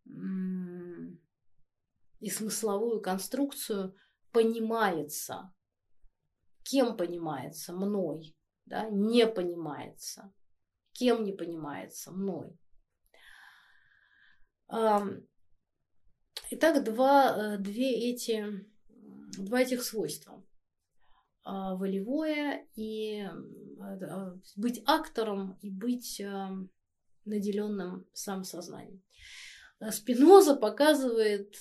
и смысловую конструкцию, понимается. Кем понимается? Мной. Да? Не понимается. Кем не понимается? Мной. Итак, два этих свойства. волевое, и быть актором, и быть наделенным самосознанием. Спиноза показывает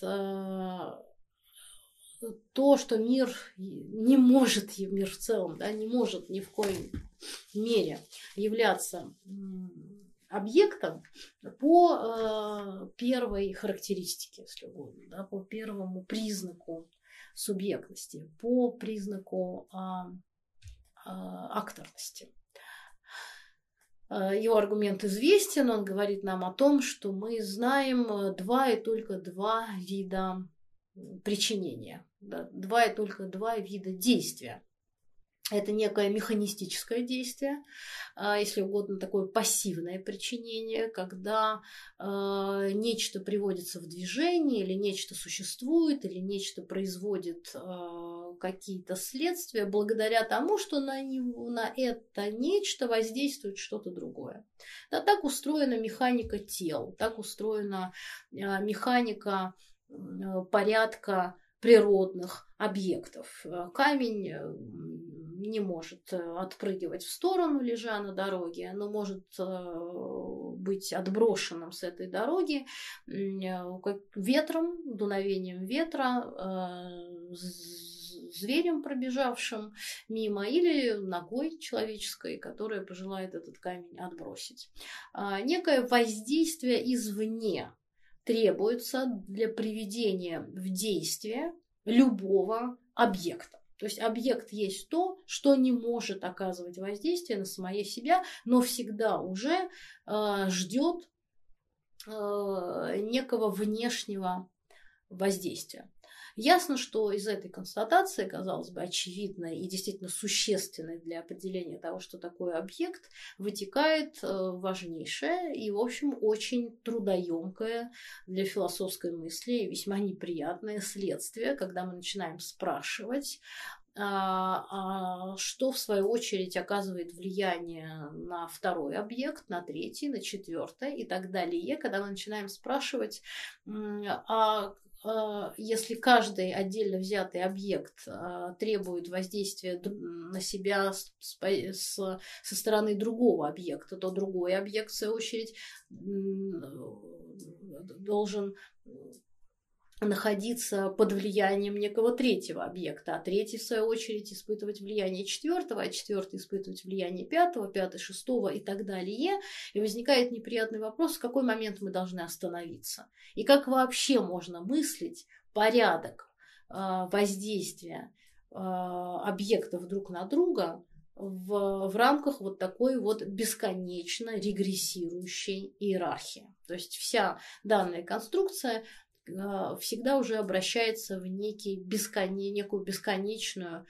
то, что мир не может, мир в целом, да, не может ни в коей мере являться объектом по первой характеристике, если угодно, да, по первому признаку субъектности, по признаку акторности. Его аргумент известен, он говорит нам о том, что мы знаем два и только два вида причинения, да, два и только два вида действия. Это некое механистическое действие, если угодно, такое пассивное причинение, когда нечто приводится в движение, или нечто существует, или нечто производит какие-то следствия благодаря тому, что на это нечто воздействует что-то другое. Да, так устроена механика тел, так устроена механика порядка природных объектов. Камень не может отпрыгивать в сторону, лежа на дороге, но может быть отброшенным с этой дороги ветром, дуновением ветра, зверем, пробежавшим мимо, или ногой человеческой, которая пожелает этот камень отбросить. Некое воздействие извне требуется для приведения в действие любого объекта. То есть объект есть то, что не может оказывать воздействие на самое себя, но всегда уже ждет некого внешнего воздействия. Ясно, что из этой констатации, казалось бы, очевидной и действительно существенной для определения того, что такое объект, вытекает важнейшее и, в общем, очень трудоемкое для философской мысли и весьма неприятное следствие, когда мы начинаем спрашивать, что в свою очередь оказывает влияние на второй объект, на третий, на четвертый и так далее, когда мы начинаем спрашивать, если каждый отдельно взятый объект требует воздействия на себя со стороны другого объекта, то другой объект, в свою очередь, должен находиться под влиянием некого третьего объекта, а третий, в свою очередь, испытывать влияние четвертого, а четвертый испытывать влияние пятого, пятый, шестого и так далее. И возникает неприятный вопрос, в какой момент мы должны остановиться. И как вообще можно мыслить порядок воздействия объектов друг на друга в рамках вот такой вот бесконечно регрессирующей иерархии. То есть вся данная конструкция всегда уже обращается в некую бесконечную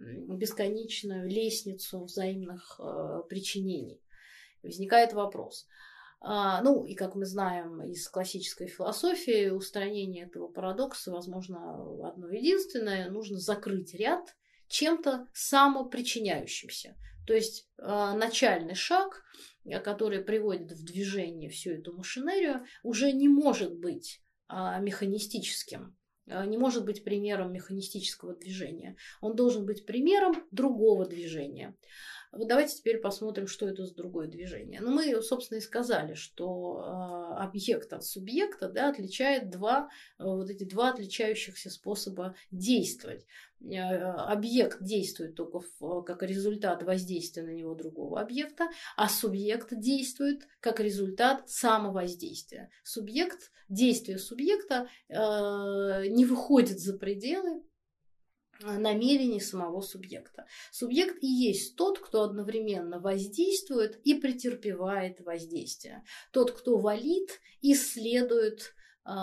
лестницу взаимных причинений. Возникает вопрос. Ну, и как мы знаем из классической философии, устранение этого парадокса возможно одно единственное. Нужно закрыть ряд чем-то самопричиняющимся. То есть начальный шаг, который приводит в движение всю эту машинерию, уже не может быть механистическим, не может быть примером механистического движения. Он должен быть примером другого движения. Вот давайте теперь посмотрим, что это за другое движение. Ну, мы, собственно, и сказали, что объект от субъекта, да, отличает вот эти два отличающихся способа действовать. Объект действует только как результат воздействия на него другого объекта, а субъект действует как результат самовоздействия. Действие субъекта не выходит за пределы намерений самого субъекта. Субъект и есть тот, кто одновременно воздействует и претерпевает воздействие. Тот, кто валит и следует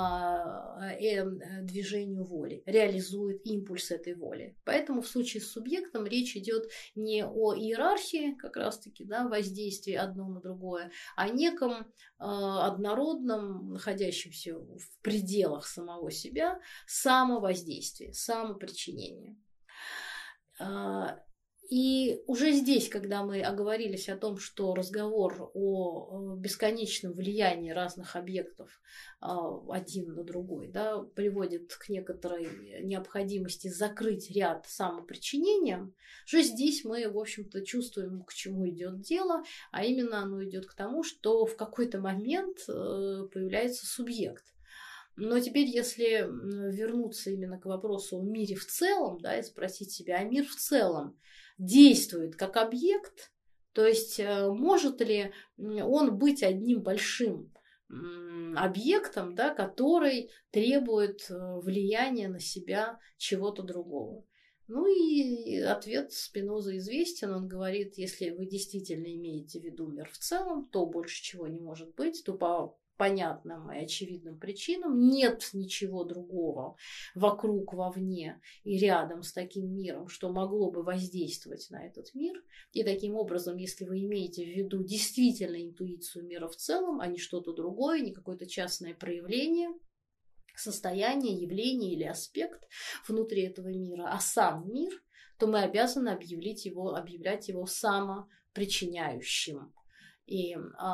движению воли, реализует импульс этой воли. Поэтому в случае с субъектом речь идет не о иерархии, как раз-таки, да, воздействии одно на другое, а о неком однородном, находящемся в пределах самого себя, самовоздействии, самопричинении. И уже здесь, когда мы оговорились о том, что разговор о бесконечном влиянии разных объектов один на другой, да, приводит к некоторой необходимости закрыть ряд самопричинением, уже здесь мы, в общем-то, чувствуем, к чему идет дело, а именно оно идет к тому, что в какой-то момент появляется субъект. Но теперь, если вернуться именно к вопросу о мире в целом, да, и спросить себя, а мир в целом действует как объект, то есть может ли он быть одним большим объектом, да, который требует влияния на себя чего-то другого. Ну и ответ Спиноза известен. Он говорит, если вы действительно имеете в виду мир в целом, то больше чего не может быть, то по понятным и очевидным причинам нет ничего другого вокруг, вовне и рядом с таким миром, что могло бы воздействовать на этот мир. И таким образом, если вы имеете в виду действительно интуицию мира в целом, а не что-то другое, не какое-то частное проявление, состояние, явление или аспект внутри этого мира, а сам мир, то мы обязаны объявлять его самопричиняющим. И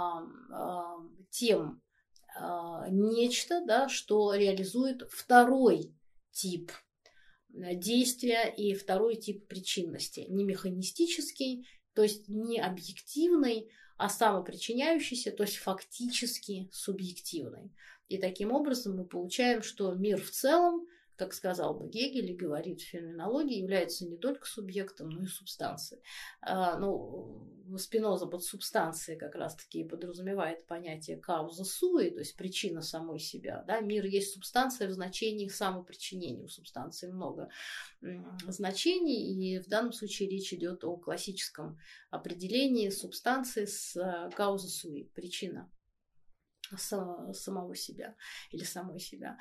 тем нечто, да, что реализует второй тип действия и второй тип причинности. Не механистический, то есть не объективный, а самопричиняющийся, то есть фактически субъективный. И таким образом мы получаем, что мир в целом, как сказал бы Гегель и говорит в феноменологии, является не только субъектом, но и субстанцией. Спиноза под субстанцией как раз-таки и подразумевает понятие causa sui, то есть причина самой себя. Да? Мир есть субстанция в значении самопричинения. У субстанции много значений, и в данном случае речь идет о классическом определении субстанции с causa sui, причина самого себя или самой себя.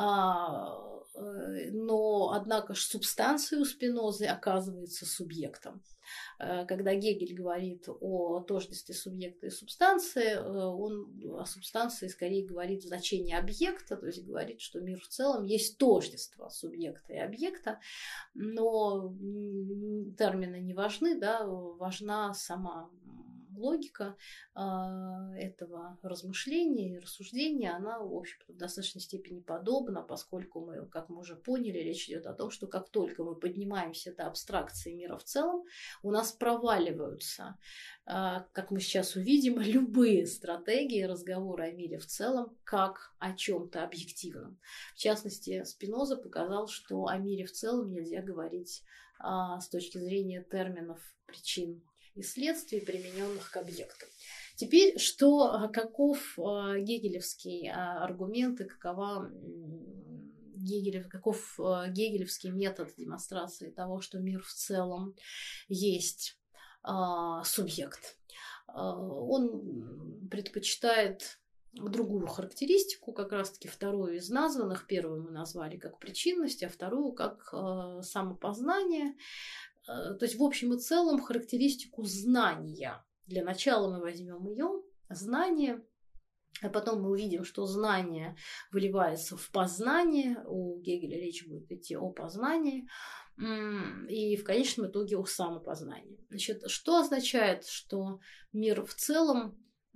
Но, однако же, субстанция у Спинозы оказывается субъектом. Когда Гегель говорит о тождестве субъекта и субстанции, он о субстанции скорее говорит в значении объекта, то есть говорит, что мир в целом есть тождество субъекта и объекта, но термины не важны, да, важна сама логика этого размышления и рассуждения, она, в общем-то, в достаточной степени подобна, поскольку мы, как мы уже поняли, речь идет о том, что как только мы поднимаемся до абстракции мира в целом, у нас проваливаются, как мы сейчас увидим, любые стратегии разговора о мире в целом как о чем-то объективном. В частности, Спиноза показал, что о мире в целом нельзя говорить с точки зрения терминов причин и следствий, примененных к объекту. Теперь, каков гегелевский аргумент и каков гегелевский метод демонстрации того, что мир в целом есть субъект. Он предпочитает другую характеристику, как раз-таки вторую из названных. Первую мы назвали как причинность, а вторую как самопознание. То есть, в общем и целом, характеристику знания. Для начала мы возьмем ее, знание, а потом мы увидим, что знание выливается в познание. У Гегеля речь будет идти о познании. И в конечном итоге о самопознании. Значит, что означает, что мир в целом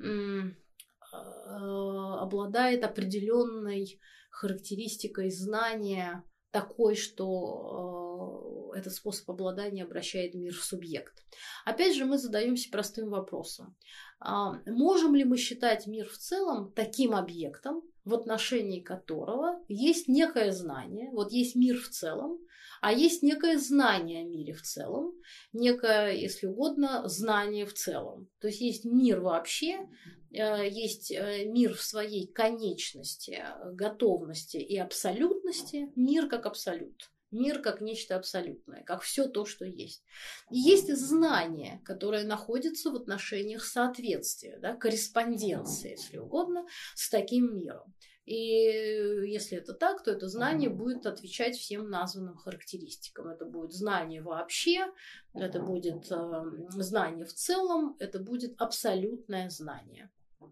обладает определенной характеристикой знания, такой, что этот способ обладания обращает мир в субъект. Опять же, мы задаемся простым вопросом. Можем ли мы считать мир в целом таким объектом, в отношении которого есть некое знание, вот есть мир в целом, а есть некое знание о мире в целом, некое, если угодно, знание в целом. То есть есть мир вообще, есть мир в своей конечности, готовности и абсолютности, мир как абсолют. Мир как нечто абсолютное, как все то, что есть. И есть знание, которое находится в отношениях соответствия, да, корреспонденции, если угодно, с таким миром. И если это так, то это знание будет отвечать всем названным характеристикам. Это будет знание вообще, это будет знание в целом, это будет абсолютное знание.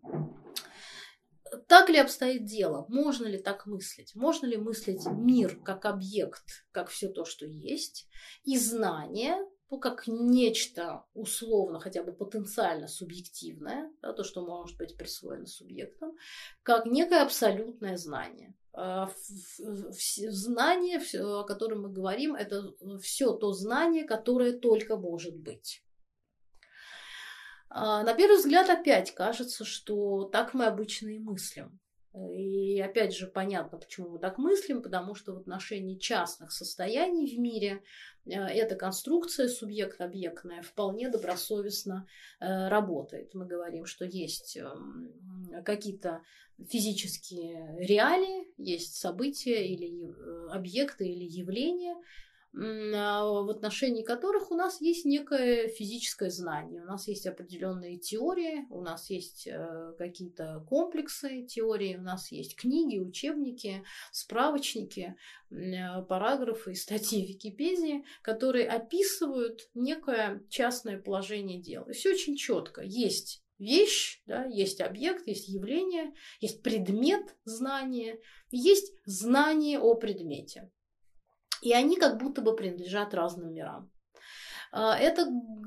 Так ли обстоит дело? Можно ли так мыслить? Можно ли мыслить мир как объект, как все то, что есть, и знание, как нечто условно, хотя бы потенциально субъективное, да, то, что может быть присвоено субъектом, как некое абсолютное знание. Знание, о котором мы говорим, это все то знание, которое только может быть. На первый взгляд опять кажется, что так мы обычно и мыслим. И опять же понятно, почему мы так мыслим, потому что в отношении частных состояний в мире эта конструкция субъект-объектная вполне добросовестно работает. Мы говорим, что есть какие-то физические реалии, есть события или объекты или явления, в отношении которых у нас есть некое физическое знание, у нас есть определенные теории, у нас есть какие-то комплексы теорий, у нас есть книги, учебники, справочники, параграфы и статьи в Википедии, которые описывают некое частное положение дел. И все очень четко. Есть вещь, да, есть объект, есть явление, есть предмет знания, есть знание о предмете. И они как будто бы принадлежат разным мирам. Это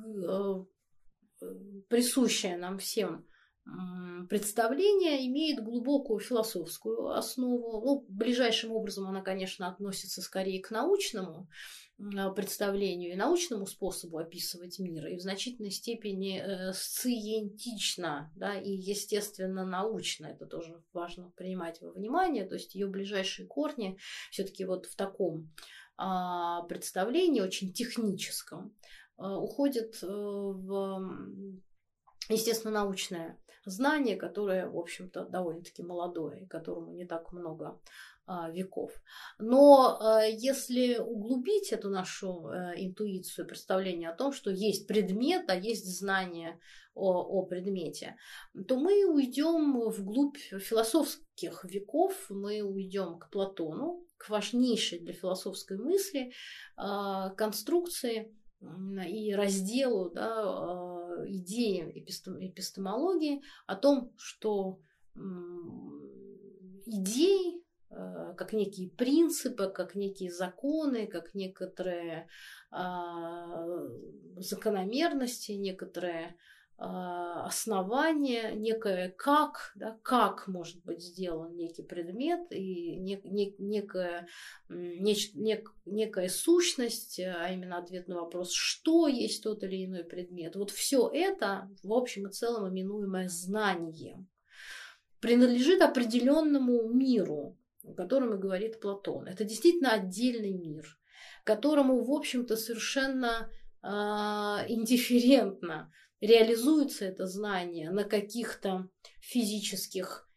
присущее нам всем представление имеет глубокую философскую основу. Ну, ближайшим образом она, конечно, относится скорее к научному представлению и научному способу описывать мир, и в значительной степени сциентично, да, и естественно научно. Это тоже важно принимать во внимание. То есть ее ближайшие корни все-таки вот в таком представлении, очень техническом, уходит в естественно-научное знание, которое, в общем-то, довольно-таки молодое, и которому не так много веков. Но если углубить эту нашу интуицию, представление о том, что есть предмет, а есть знание о предмете, то мы уйдем вглубь философских веков, мы уйдем к Платону, к важнейшей для философской мысли конструкции и разделу, да, идеи эпистемологии о том, что идеи, как некие принципы, как некие законы, как некоторые закономерности, некоторые основание, некое как, да, как может быть сделан некий предмет и некая сущность, а именно ответ на вопрос, что есть тот или иной предмет. Вот все это, в общем и целом, именуемое знанием, принадлежит определенному миру, о котором и говорит Платон. Это действительно отдельный мир, которому, в общем-то, совершенно индифферентно, реализуется это знание на каких-то физических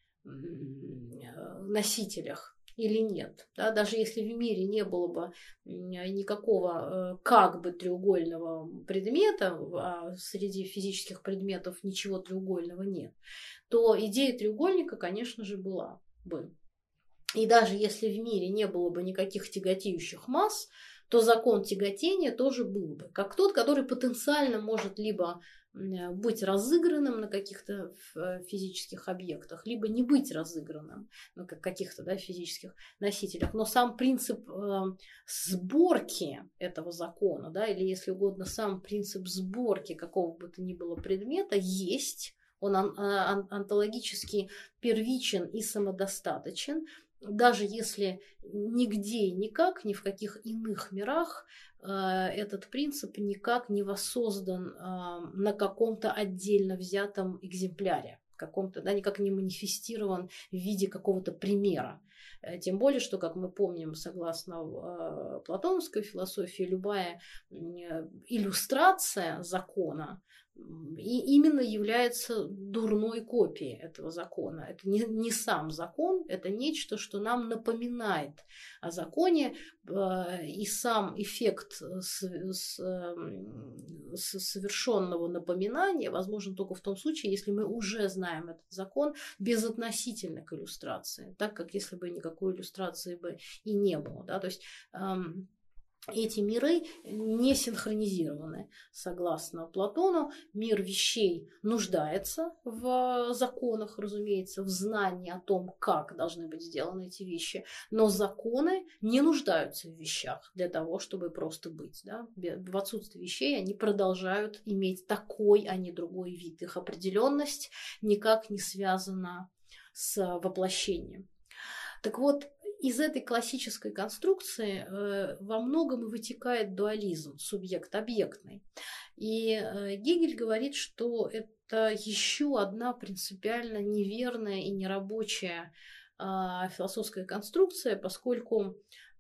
носителях или нет. Да? Даже если в мире не было бы никакого как бы треугольного предмета, а среди физических предметов ничего треугольного нет, то идея треугольника, конечно же, была бы. И даже если в мире не было бы никаких тяготеющих масс, то закон тяготения тоже был бы, как тот, который потенциально может либо быть разыгранным на каких-то физических объектах, либо не быть разыгранным на каких-то, да, физических носителях. Но сам принцип сборки этого закона, да, или, если угодно, сам принцип сборки какого бы то ни было предмета есть, он онтологически первичен и самодостаточен, даже если нигде и никак, ни в каких иных мирах этот принцип никак не воссоздан на каком-то отдельно взятом экземпляре, каком-то, да, никак не манифестирован в виде какого-то примера. Тем более, что, как мы помним, согласно платоновской философии, любая иллюстрация закона и именно является дурной копией этого закона. Это не сам закон, это нечто, что нам напоминает о законе, и сам эффект совершенного напоминания возможен только в том случае, если мы уже знаем этот закон безотносительно к иллюстрации, так как если бы никакой иллюстрации бы и не было. Да? То есть эти миры не синхронизированы. Согласно Платону, мир вещей нуждается в законах, разумеется, в знании о том, как должны быть сделаны эти вещи, но законы не нуждаются в вещах для того, чтобы просто быть. Да? В отсутствии вещей они продолжают иметь такой, а не другой вид. Их определенность никак не связана с воплощением. Так вот, из этой классической конструкции во многом и вытекает дуализм субъект-объектный. И Гегель говорит, что это еще одна принципиально неверная и нерабочая философская конструкция, поскольку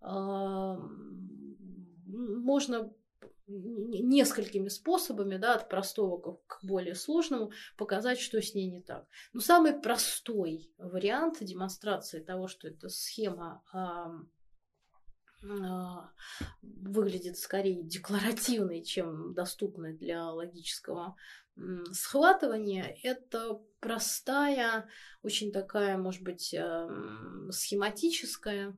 можно несколькими способами, да, от простого к более сложному, показать, что с ней не так. Но самый простой вариант демонстрации того, что эта схема выглядит скорее декларативной, чем доступной для логического схватывания, это простая, очень такая, может быть, схематическая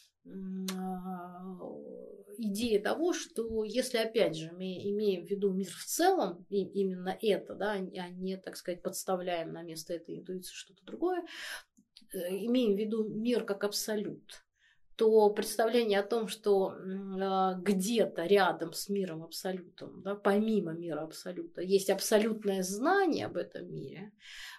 идея того, что если, опять же, мы имеем в виду мир в целом, и именно это, да, а не, так сказать, подставляем на место этой интуиции что-то другое, имеем в виду мир как абсолют, то представление о том, что где-то рядом с миром абсолютом, да, помимо мира абсолюта, есть абсолютное знание об этом мире,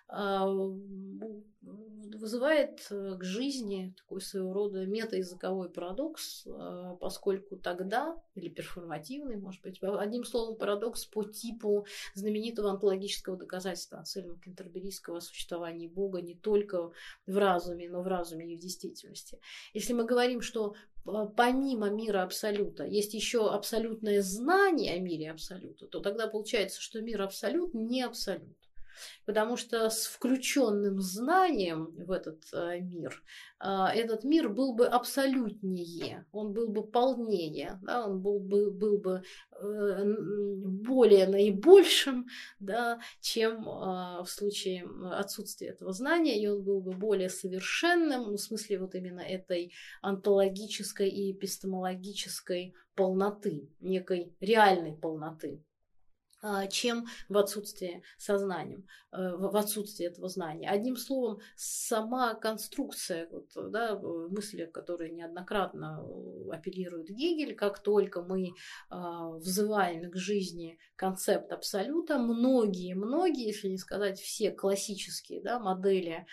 вызывает к жизни такой своего рода метаязыковой парадокс, поскольку тогда, или перформативный, может быть, одним словом, парадокс по типу знаменитого онтологического доказательства Ансельма Кентерберийского о существовании Бога не только в разуме, но в разуме и в действительности. Если мы говорим, что помимо мира абсолюта есть еще абсолютное знание о мире абсолюта, то тогда получается, что мир абсолют не абсолют. Потому что с включенным знанием в этот мир был бы абсолютнее, он был бы полнее, да, он был бы более наибольшим, да, чем в случае отсутствия этого знания, и он был бы более совершенным, ну, в смысле вот именно этой онтологической и эпистемологической полноты, некой реальной полноты, чем в отсутствии сознания, в отсутствии этого знания. Одним словом, сама конструкция, вот, да, мысли, которые неоднократно апеллирует Гегель, как только мы взываем к жизни концепт абсолюта, многие, если не сказать все классические, да, модели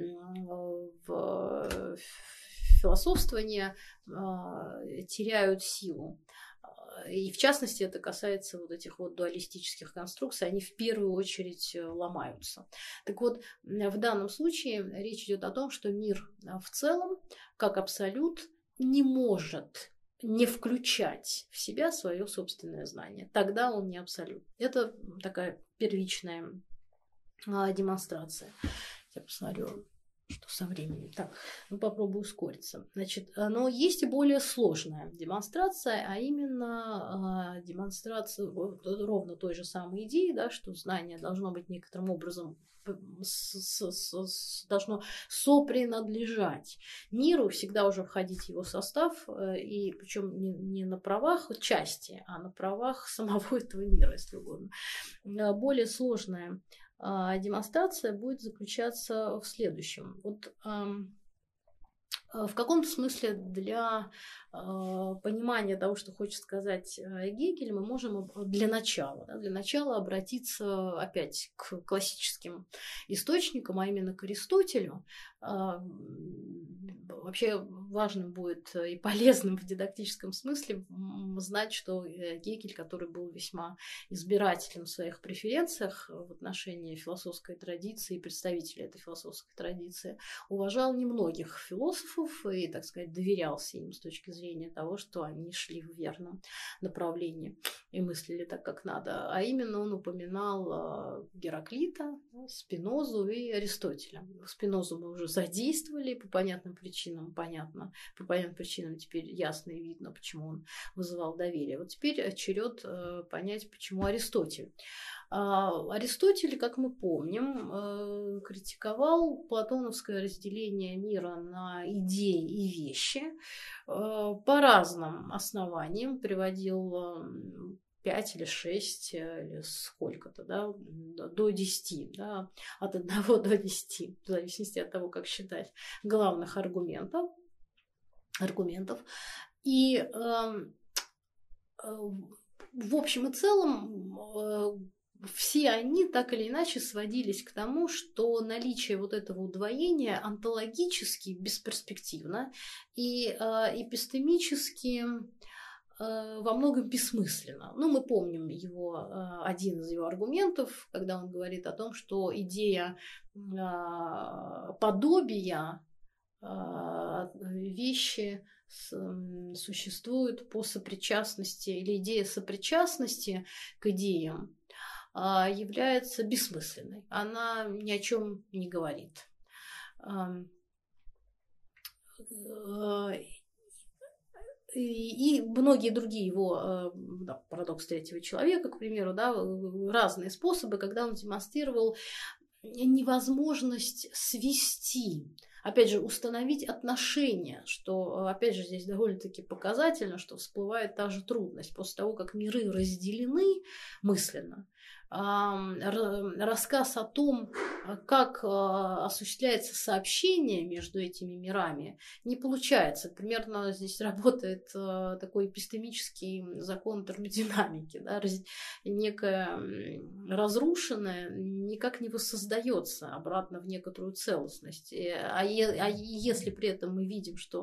философствования теряют силу. И в частности, это касается вот этих вот дуалистических конструкций, они в первую очередь ломаются. Так вот, в данном случае речь идет о том, что мир в целом, как абсолют, не может не включать в себя свое собственное знание. Тогда он не абсолют. Это такая первичная демонстрация. Я посмотрю, что со временем. Так, попробую ускориться. Значит, но есть и более сложная демонстрация, а именно демонстрация ровно той же самой идеи, да, что знание должно быть некоторым образом должно сопринадлежать миру, всегда уже входить в его состав, и причем не на правах части, а на правах самого этого мира, если угодно. Более сложная демонстрация будет заключаться в следующем. Вот в каком-то смысле для понимания того, что хочет сказать Гегель, мы можем для начала обратиться опять к классическим источникам, а именно к Аристотелю. Вообще важным будет и полезным в дидактическом смысле знать, что Гегель, который был весьма избирателен в своих преференциях в отношении философской традиции и представителей этой философской традиции, уважал немногих философов и, так сказать, доверялся им с точки зрения того, что они шли в верном направлении и мыслили так, как надо. А именно он упоминал Гераклита, Спинозу и Аристотеля. Спинозу мы уже задействовали по понятным причинам, понятно, понятно, по понятным причинам теперь ясно и видно, почему он вызывал доверие. Вот теперь черед понять, почему Аристотель. Аристотель, как мы помним, критиковал платоновское разделение мира на идеи и вещи по разным основаниям, приводил 5 или 6, или сколько-то, да, до 10, да, от 1 до 10, в зависимости от того, как считать, главных аргументов. И в общем и целом все они так или иначе сводились к тому, что наличие вот этого удвоения онтологически бесперспективно и эпистемически во многом бессмысленно. Ну, мы помним один из его аргументов, когда он говорит о том, что идея подобия вещи существует по сопричастности, или идея сопричастности к идеям является бессмысленной. Она ни о чем не говорит. И многие другие его, парадокс третьего человека, к примеру, да, разные способы, когда он демонстрировал невозможность свести, опять же, установить отношения, что, опять же, здесь довольно-таки показательно, что всплывает та же трудность. После того, как миры разделены мысленно, рассказ о том, как осуществляется сообщение между этими мирами, не получается. Примерно здесь работает такой эпистемический закон термодинамики. Да? Некое разрушенное никак не воссоздается обратно в некоторую целостность. А если при этом мы видим, что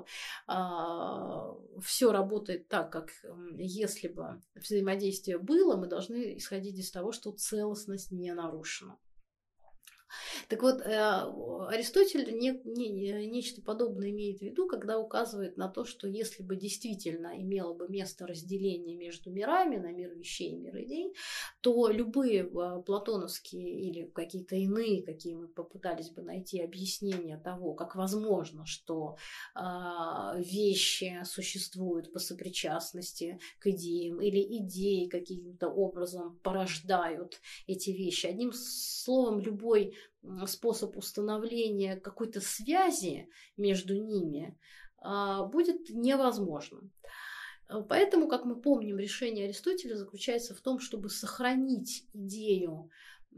все работает так, как если бы взаимодействие было, мы должны исходить из того, что целостность не нарушена. Так вот, Аристотель нечто подобное имеет в виду, когда указывает на то, что если бы действительно имело бы место разделение между мирами на мир вещей и мир идей, то любые платоновские или какие-то иные, какие мы попытались бы найти объяснения того, как возможно, что вещи существуют по сопричастности к идеям, или идеи каким-то образом порождают эти вещи. Одним словом, любой способ установления какой-то связи между ними будет невозможным. Поэтому, как мы помним, решение Аристотеля заключается в том, чтобы сохранить идею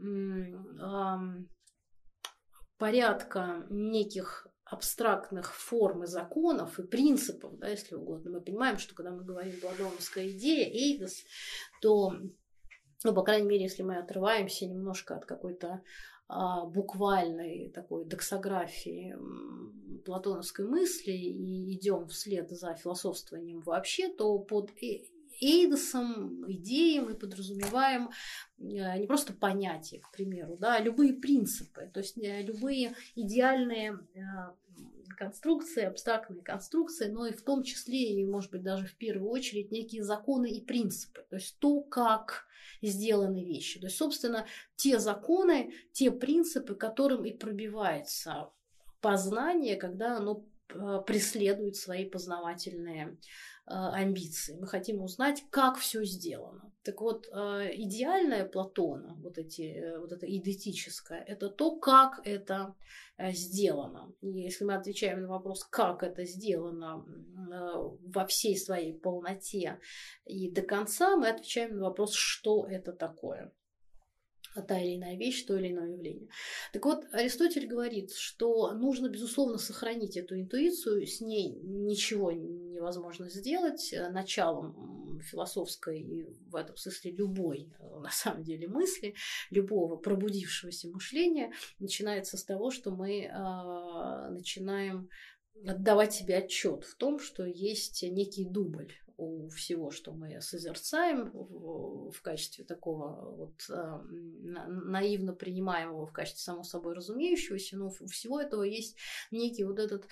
порядка неких абстрактных форм и законов и принципов, да, если угодно. Мы понимаем, что когда мы говорим платоновская идея, эйдос, то, ну, по крайней мере, если мы отрываемся немножко от какой-то буквальной такой доксографии платоновской мысли и идем вслед за философствованием вообще, то под эйдосом, идеей мы подразумеваем не просто понятия, к примеру, да, а любые принципы, то есть любые идеальные конструкции, абстрактные конструкции, но и в том числе, и, может быть, даже в первую очередь, некие законы и принципы, то есть то, как сделаны вещи. То есть, собственно, те законы, те принципы, которым и пробивается познание, когда оно преследует свои познавательные амбиции. Мы хотим узнать, как все сделано. Так вот, идеальное Платона, вот это идентическое, это то, как это сделано. И если мы отвечаем на вопрос, как это сделано во всей своей полноте и до конца, мы отвечаем на вопрос, что это такое. Та или иная вещь, то или иное явление. Так вот, Аристотель говорит, что нужно, безусловно, сохранить эту интуицию, с ней ничего невозможно сделать. Началом философской и в этом смысле любой, на самом деле, мысли, любого пробудившегося мышления начинается с того, что мы начинаем отдавать себе отчет в том, что есть некий дубль у всего, что мы созерцаем в качестве такого вот наивно принимаемого в качестве само собой разумеющегося, но у всего этого есть некий вот этот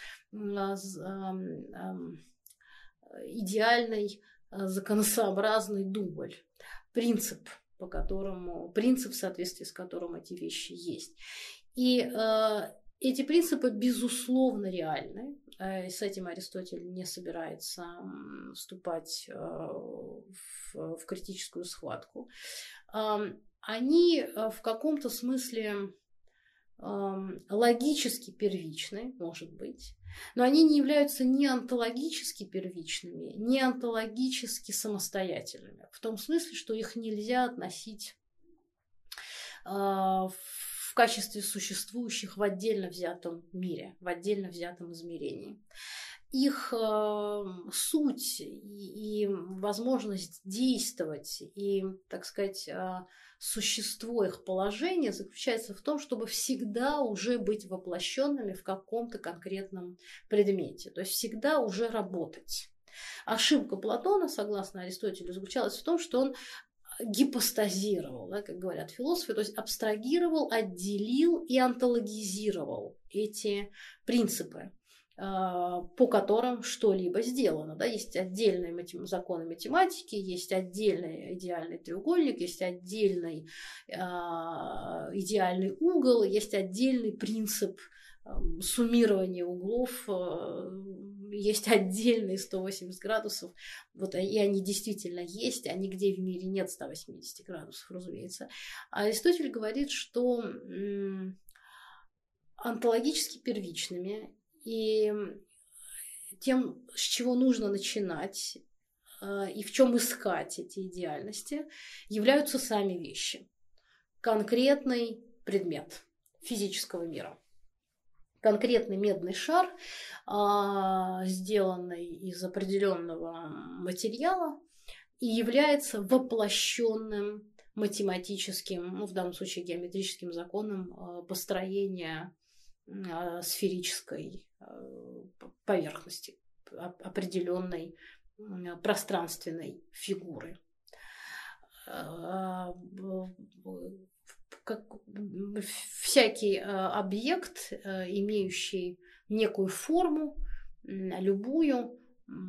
идеальный законосообразный дубль, принцип, в соответствии с которым эти вещи есть. И эти принципы, безусловно, реальны. с этим Аристотель не собирается вступать в критическую схватку, они в каком-то смысле логически первичны, может быть, но они не являются ни онтологически первичными, ни онтологически самостоятельными. В том смысле, что их нельзя относить в качестве существующих в отдельно взятом мире, в отдельно взятом измерении. Их суть и возможность действовать, и, так сказать, существо их положения заключается в том, чтобы всегда уже быть воплощенными в каком-то конкретном предмете, то есть всегда уже работать. Ошибка Платона, согласно Аристотелю, заключалась в том, что он гипостазировал, да, как говорят философы, то есть абстрагировал, отделил и онтологизировал эти принципы, по которым что-либо сделано. Да? Есть отдельные законы математики, есть отдельный идеальный треугольник, есть отдельный идеальный угол, есть отдельный принцип суммирования углов, есть отдельные 180 градусов, вот, и они действительно есть, а нигде в мире нет 180 градусов, разумеется. А Аристотель говорит, что онтологически первичными и тем, с чего нужно начинать и в чем искать эти идеальности, являются сами вещи. Конкретный предмет физического мира. Конкретный медный шар, сделанный из определенного материала, и является воплощенным математическим, в данном случае геометрическим законом построения сферической поверхности, определенной пространственной фигуры. Как всякий объект, имеющий некую форму, любую,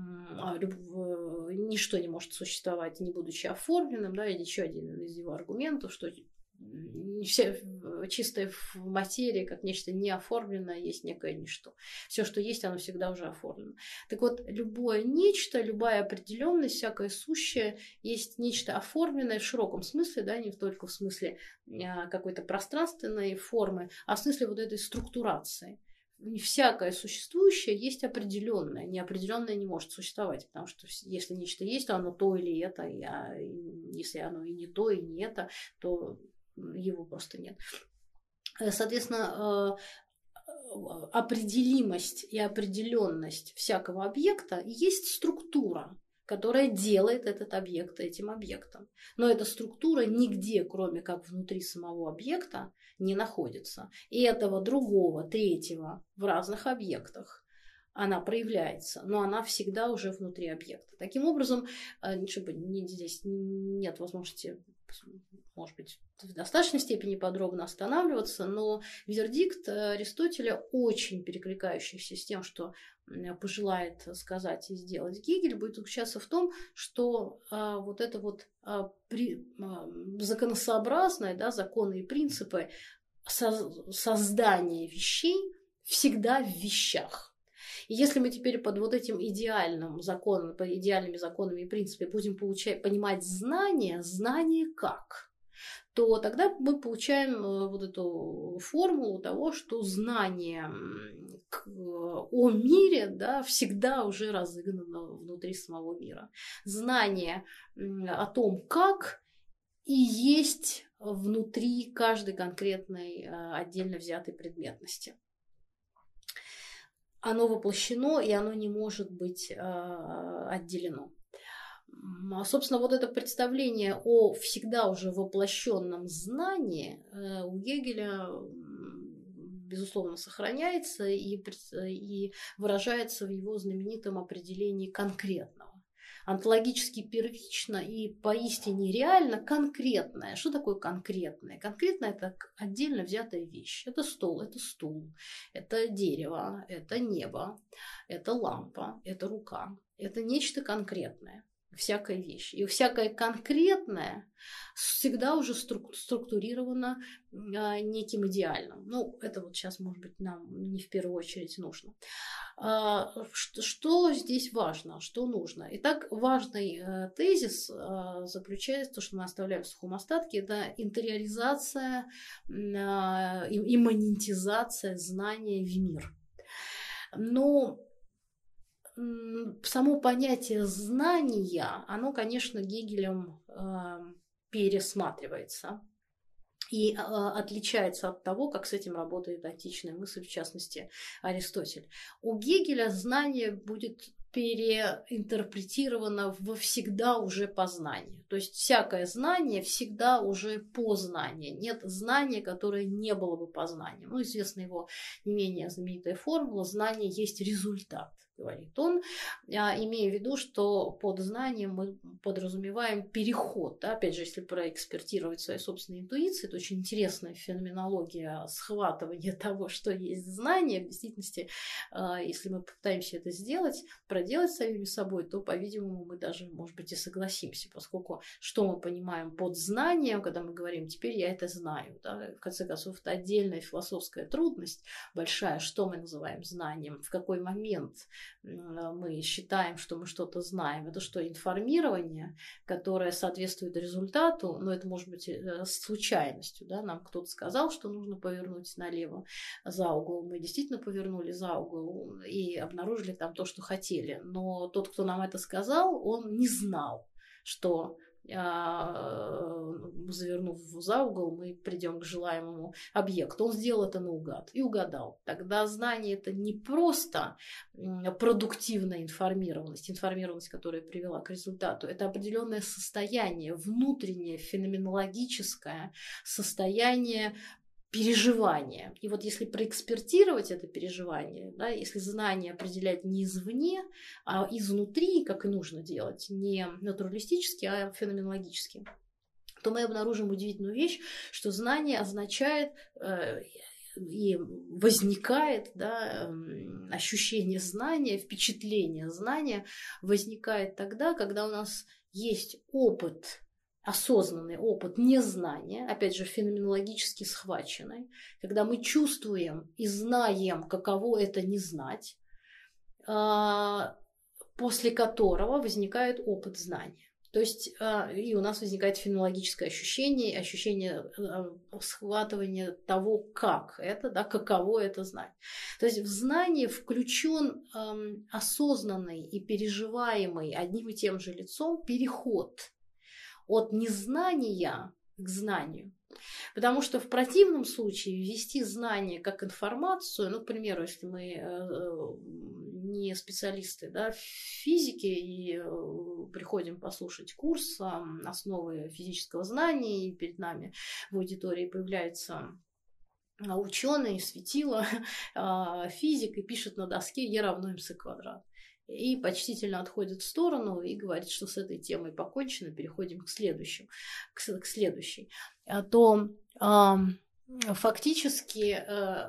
ничто не может существовать, не будучи оформленным, да, и еще один из его аргументов, что вся чистая материя, как нечто неоформленное, есть некое ничто. Все, что есть, оно всегда уже оформлено. Так вот, любое нечто, любая определенность, всякое сущее, есть нечто оформленное в широком смысле, да, не только в смысле какой-то пространственной формы, а в смысле вот этой структурации. Всякое существующее есть определенное, неопределенное не может существовать, потому что если нечто есть, то оно то или это, а если оно и не то, и не это, то его просто нет. Соответственно, определимость и определенность всякого объекта есть структура, которая делает этот объект этим объектом. Но эта структура нигде, кроме как внутри самого объекта, не находится. И этого другого, третьего в разных объектах она проявляется, но она всегда уже внутри объекта. Таким образом, чтобы здесь нет возможности, может быть, в достаточной степени подробно останавливаться, но вердикт Аристотеля, очень перекликающийся с тем, что пожелает сказать и сделать Гегель, будет заключаться в том, что вот это вот законосообразное, да, законы и принципы создания вещей всегда в вещах. И если мы теперь под вот этим идеальным законом, по идеальными законами и принципами будем понимать знание как, то тогда мы получаем вот эту формулу того, что знание о мире, да, всегда уже разыграно внутри самого мира. Знание о том, как, и есть внутри каждой конкретной отдельно взятой предметности. Оно воплощено, и оно не может быть отделено. Собственно, вот это представление о всегда уже воплощенном знании у Гегеля, безусловно, сохраняется и выражается в его знаменитом определении конкретного. Онтологически первично и поистине реально конкретное. Что такое конкретное? Конкретное – это отдельно взятая вещь. Это стол, это стул, это дерево, это небо, это лампа, это рука. Это нечто конкретное. всякая вещь. И всякое конкретное всегда уже структурировано неким идеальным. Ну, это вот сейчас, может быть, нам не в первую очередь нужно. Что здесь важно, что нужно? Итак, важный тезис заключается в том, что мы оставляем в сухом остатке, это интериоризация и монетизация знания в мир. Но само понятие знания, оно, конечно, Гегелем пересматривается и отличается от того, как с этим работает античная мысль, в частности, Аристотель. У Гегеля знание будет переинтерпретировано во всегда уже познание. То есть всякое знание всегда уже познание. Нет знания, которое не было бы познанием. Ну, известна его не менее знаменитая формула: знание есть результат, говорит он, имея в виду, что под знанием мы подразумеваем переход. Да? Опять же, если проэкспертировать свои собственные интуиции, то очень интересная феноменология схватывания того, что есть знание. В действительности, если мы попытаемся это сделать, проделать самими собой, то, по-видимому, мы даже, может быть, и согласимся, поскольку что мы понимаем под знанием, когда мы говорим «теперь я это знаю». Да? В конце концов, это отдельная философская трудность большая, что мы называем знанием, в какой момент мы считаем, что мы что-то знаем. Это что, информирование, которое соответствует результату, но это может быть случайностью. Да? Нам кто-то сказал, что нужно повернуть налево за угол. Мы действительно повернули за угол и обнаружили там то, что хотели. Но тот, кто нам это сказал, он не знал, что завернув за угол, мы придем к желаемому объекту. Он сделал это наугад и угадал. Тогда знание — это не просто продуктивная информированность, которая привела к результату. Это определенное состояние, внутреннее, феноменологическое состояние переживания. И вот если проэкспертировать это переживание, да, если знание определять не извне, а изнутри, как и нужно делать, не натуралистически, а феноменологически, то мы обнаружим удивительную вещь, что знание означает и возникает, да, ощущение знания, впечатление знания возникает тогда, когда у нас есть опыт, осознанный опыт незнания, опять же, феноменологически схваченный, когда мы чувствуем и знаем, каково это не знать, после которого возникает опыт знания. То есть и у нас возникает феноменологическое ощущение схватывания того, как это, да, каково это знать. То есть в знание включен осознанный и переживаемый одним и тем же лицом переход от незнания к знанию. Потому что в противном случае ввести знание как информацию, ну, к примеру, если мы не специалисты, да, в физике и приходим послушать курс «Основы физического знания», и перед нами в аудитории появляется ученый, светило, физик, и пишет на доске «Е равно МЦ квадрат». И почтительно отходит в сторону и говорит, что с этой темой покончено, переходим к следующей. То фактически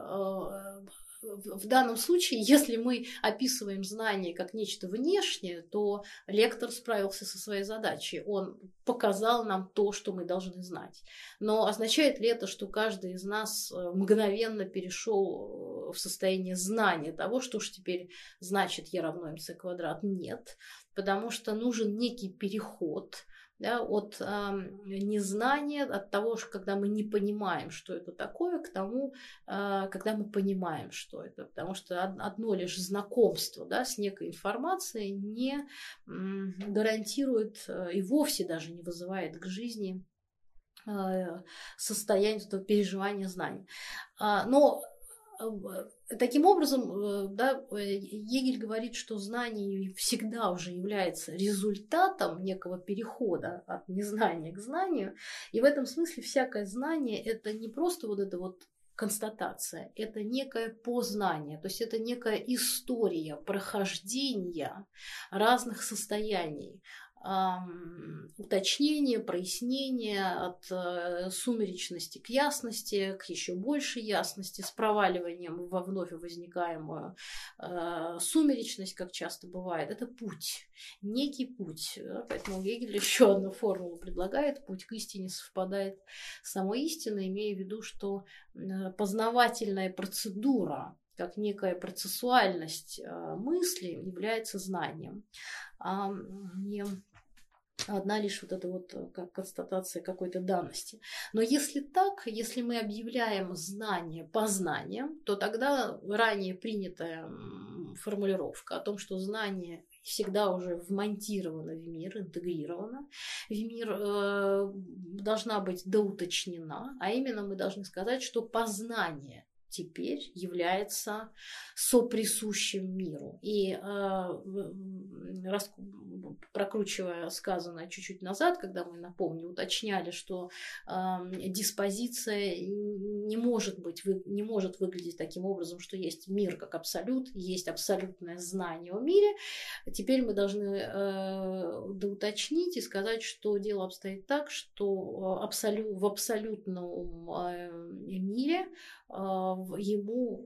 в данном случае, если мы описываем знание как нечто внешнее, то лектор справился со своей задачей. Он показал нам то, что мы должны знать. Но означает ли это, что каждый из нас мгновенно перешел в состояние знания того, что ж теперь значит Е равно МЦ квадрат? Нет, потому что нужен некий переход, да, от незнания, от того, что когда мы не понимаем, что это такое, к тому, когда мы понимаем, что это. Потому что одно лишь знакомство, да, с некой информацией не гарантирует и вовсе даже не вызывает к жизни состояние этого переживания знаний. Но таким образом, да, Гегель говорит, что знание всегда уже является результатом некого перехода от незнания к знанию. И в этом смысле всякое знание — это не просто вот это вот констатация, это некое познание, то есть это некая история прохождения разных состояний уточнения, прояснения, от сумеречности к ясности, к еще большей ясности, с проваливанием во вновь возникаемую сумеречность, как часто бывает. Это путь, некий путь. Поэтому Гегель еще одну формулу предлагает: путь к истине совпадает с самой истиной, имея в виду, что познавательная процедура, как некая процессуальность мысли, является знанием, а не одна лишь вот эта вот как констатация какой-то данности. Но если так, если мы объявляем знание познанием, то тогда ранее принятая формулировка о том, что знание всегда уже вмонтировано в мир, интегрировано в мир, должна быть доуточнена, а именно мы должны сказать, что познание теперь является соприсущим миру. И прокручивая сказанное чуть-чуть назад, когда мы, напомню, уточняли, что диспозиция не может выглядеть таким образом, что есть мир как абсолют, есть абсолютное знание о мире. Теперь мы должны доуточнить и сказать, что дело обстоит так, что в абсолютном мире ему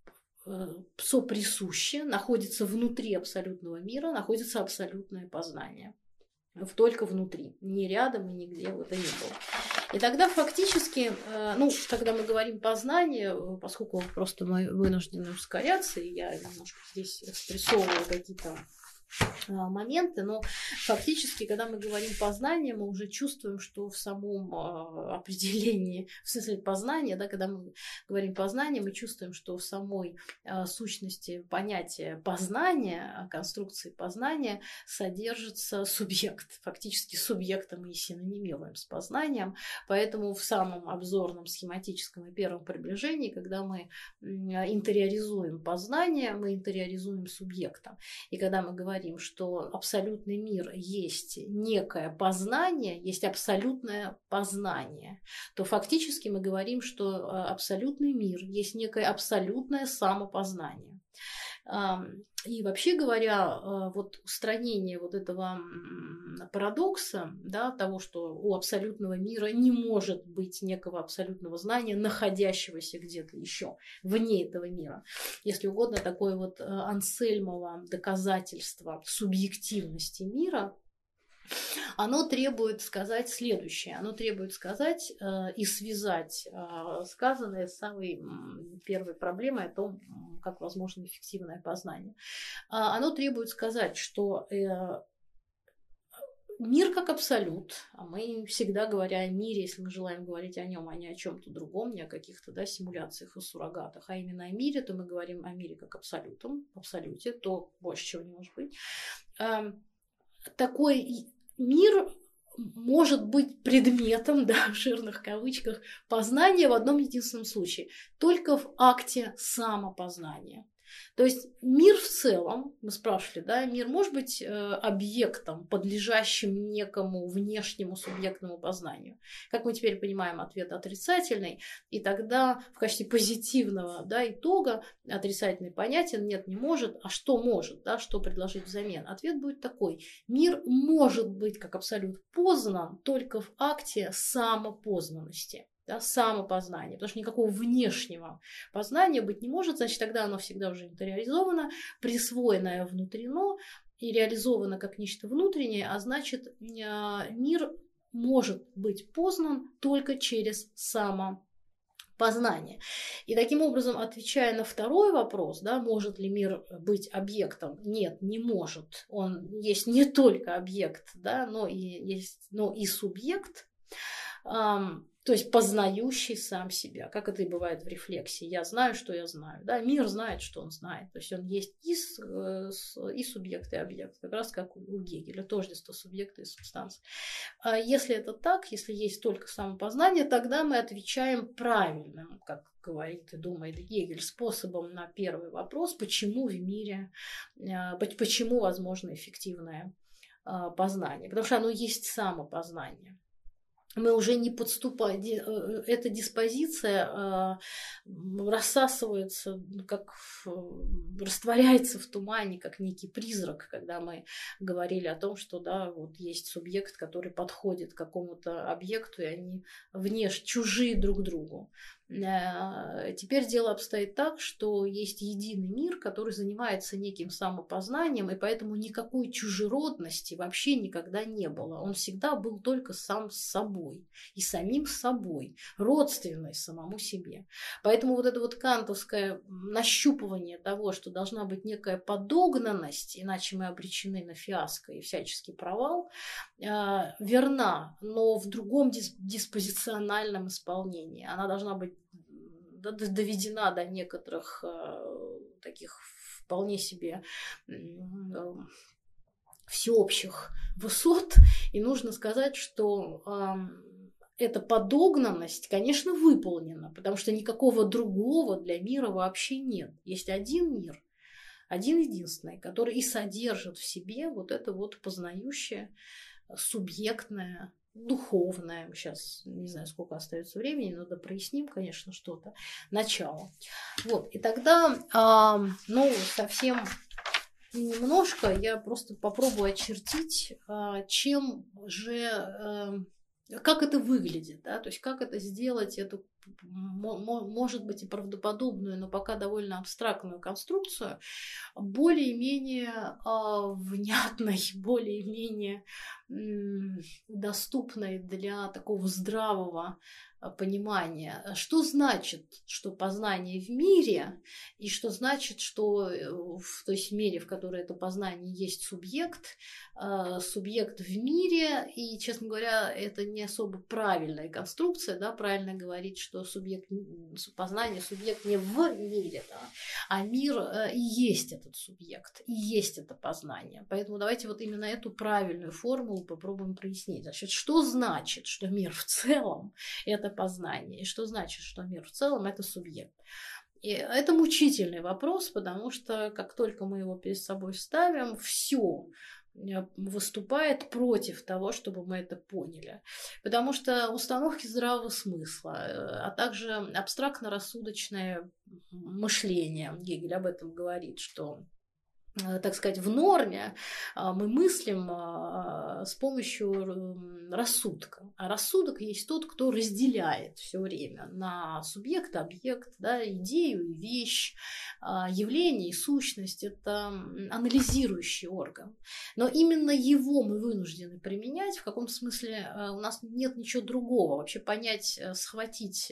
соприсуще, находится внутри абсолютного мира, находится абсолютное познание. Только внутри, не рядом и нигде бы то ни было. И тогда фактически, когда мы говорим познание, поскольку просто мы вынуждены ускоряться, и я немножко здесь экспрессовываю какие-то моменты, но фактически, когда мы говорим познание, мы уже чувствуем, что в самом определении, в смысле познания, да, когда мы говорим познание, мы чувствуем, что в самой сущности понятия познания, конструкции познания содержится субъект. Фактически субъекта мы и синонимируем с познанием, поэтому в самом обзорном, схематическом и первом приближении, когда мы интериоризуем познание, мы интериоризуем субъекта. И когда мы говорим, что абсолютный мир есть некое познание, есть абсолютное познание, то фактически мы говорим, что абсолютный мир есть некое абсолютное самопознание. И вообще говоря, вот устранение вот этого парадокса, да, того, что у абсолютного мира не может быть некого абсолютного знания, находящегося где-то еще вне этого мира. Если угодно, такое вот Ансельмово доказательство субъективности мира, оно требует сказать следующее. Оно требует сказать и связать сказанное с самой первой проблемой о том, как возможно эффективное познание. Оно требует сказать, что мир как абсолют, а мы всегда, говоря о мире, если мы желаем говорить о нем, а не о чем-то другом, не о каких-то симуляциях и суррогатах, а именно о мире, то мы говорим о мире как абсолюте, то больше чего не может быть. Такой мир может быть предметом, да, в жирных кавычках, познания в одном единственном случае, только в акте самопознания. То есть мир в целом, мы спрашивали, да, мир может быть объектом, подлежащим некому внешнему субъектному познанию. Как мы теперь понимаем, ответ отрицательный, и тогда в качестве позитивного, да, итога отрицательный понятен: нет, не может, а что может, да, что предложить взамен? Ответ будет такой: мир может быть как абсолют познан только в акте самопознанности. Да, самопознание, потому что никакого внешнего познания быть не может, значит, тогда оно всегда уже интериоризовано, присвоенное внутрено и реализовано как нечто внутреннее, а значит, мир может быть познан только через самопознание. И таким образом, отвечая на второй вопрос, да, может ли мир быть объектом? Нет, не может. Он есть не только объект, да, но и субъект. То есть познающий сам себя, как это и бывает в рефлексии. Я знаю, что я знаю. Да? Мир знает, что он знает. То есть он есть и субъект, и объект. Как раз как у Гегеля. Тождество субъекта и субстанции. А если это так, если есть только самопознание, тогда мы отвечаем правильным, как говорит и думает Гегель, способом на первый вопрос, почему в мире, почему возможно эффективное познание. Потому что оно есть самопознание. мы уже не подступаем, эта диспозиция рассасывается, как растворяется в тумане, как некий призрак, когда мы говорили о том, что да, вот есть субъект, который подходит к какому-то объекту, и они внешне чужие друг другу. Теперь дело обстоит так, что есть единый мир, который занимается неким самопознанием, и поэтому никакой чужеродности вообще никогда не было. Он всегда был только сам с собой и самим собой, родственный самому себе. Поэтому вот это вот кантовское нащупывание того, что должна быть некая подогнанность, иначе мы обречены на фиаско и всяческий провал, верна, но в другом диспозициональном исполнении. Она должна быть доведена до некоторых таких вполне себе всеобщих высот. И нужно сказать, что эта подогнанность, конечно, выполнена, потому что никакого другого для мира вообще нет. Есть один мир, один единственный, который и содержит в себе вот это вот познающее, субъектное, духовное, сейчас не знаю, сколько остается времени, надо проясним, конечно, что-то, начало. Вот, и тогда, совсем немножко я просто попробую очертить, чем же, как это выглядит, да, то есть как это сделать, эту, может быть, и правдоподобную, но пока довольно абстрактную конструкцию, более-менее внятной, более-менее доступной для такого здравого понимания, что значит, что познание в мире, и что значит, что в той мере, в которой это познание есть субъект в мире, и, честно говоря, это не особо правильная конструкция, да, правильно говорить, что познание субъект не в мире, да, а мир и есть этот субъект, и есть это познание. Поэтому давайте вот именно эту правильную формулу попробуем прояснить. Значит, что значит, что мир в целом – это познание, и что значит, что мир в целом – это субъект. И это мучительный вопрос, потому что как только мы его перед собой ставим, все выступает против того, чтобы мы это поняли. Потому что установки здравого смысла, а также абстрактно-рассудочное мышление, Гегель об этом говорит, что, так сказать, в норме мы мыслим с помощью рассудка. А рассудок есть тот, кто разделяет все время на субъект, объект, да, идею и вещь, явление и сущность. Это анализирующий орган. Но именно его мы вынуждены применять. В каком-то смысле у нас нет ничего другого. Вообще понять, схватить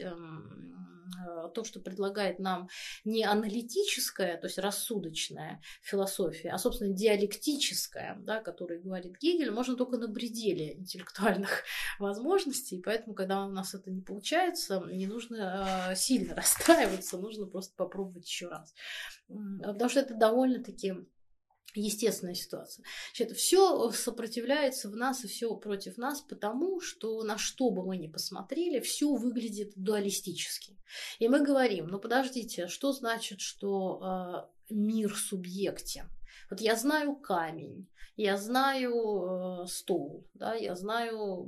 то, что предлагает нам не аналитическая, то есть рассудочная философия, а, собственно, диалектическая, да, о которой говорит Гегель, можно только на пределе интеллектуальных возможностей. Поэтому, когда у нас это не получается, не нужно сильно расстраиваться, нужно просто попробовать еще раз. Потому что это довольно-таки естественная ситуация. Значит, все сопротивляется в нас и все против нас, потому что на что бы мы ни посмотрели, все выглядит дуалистически. И мы говорим, ну подождите, что значит, что мир в субъекте? Вот я знаю камень, я знаю стол, да, я знаю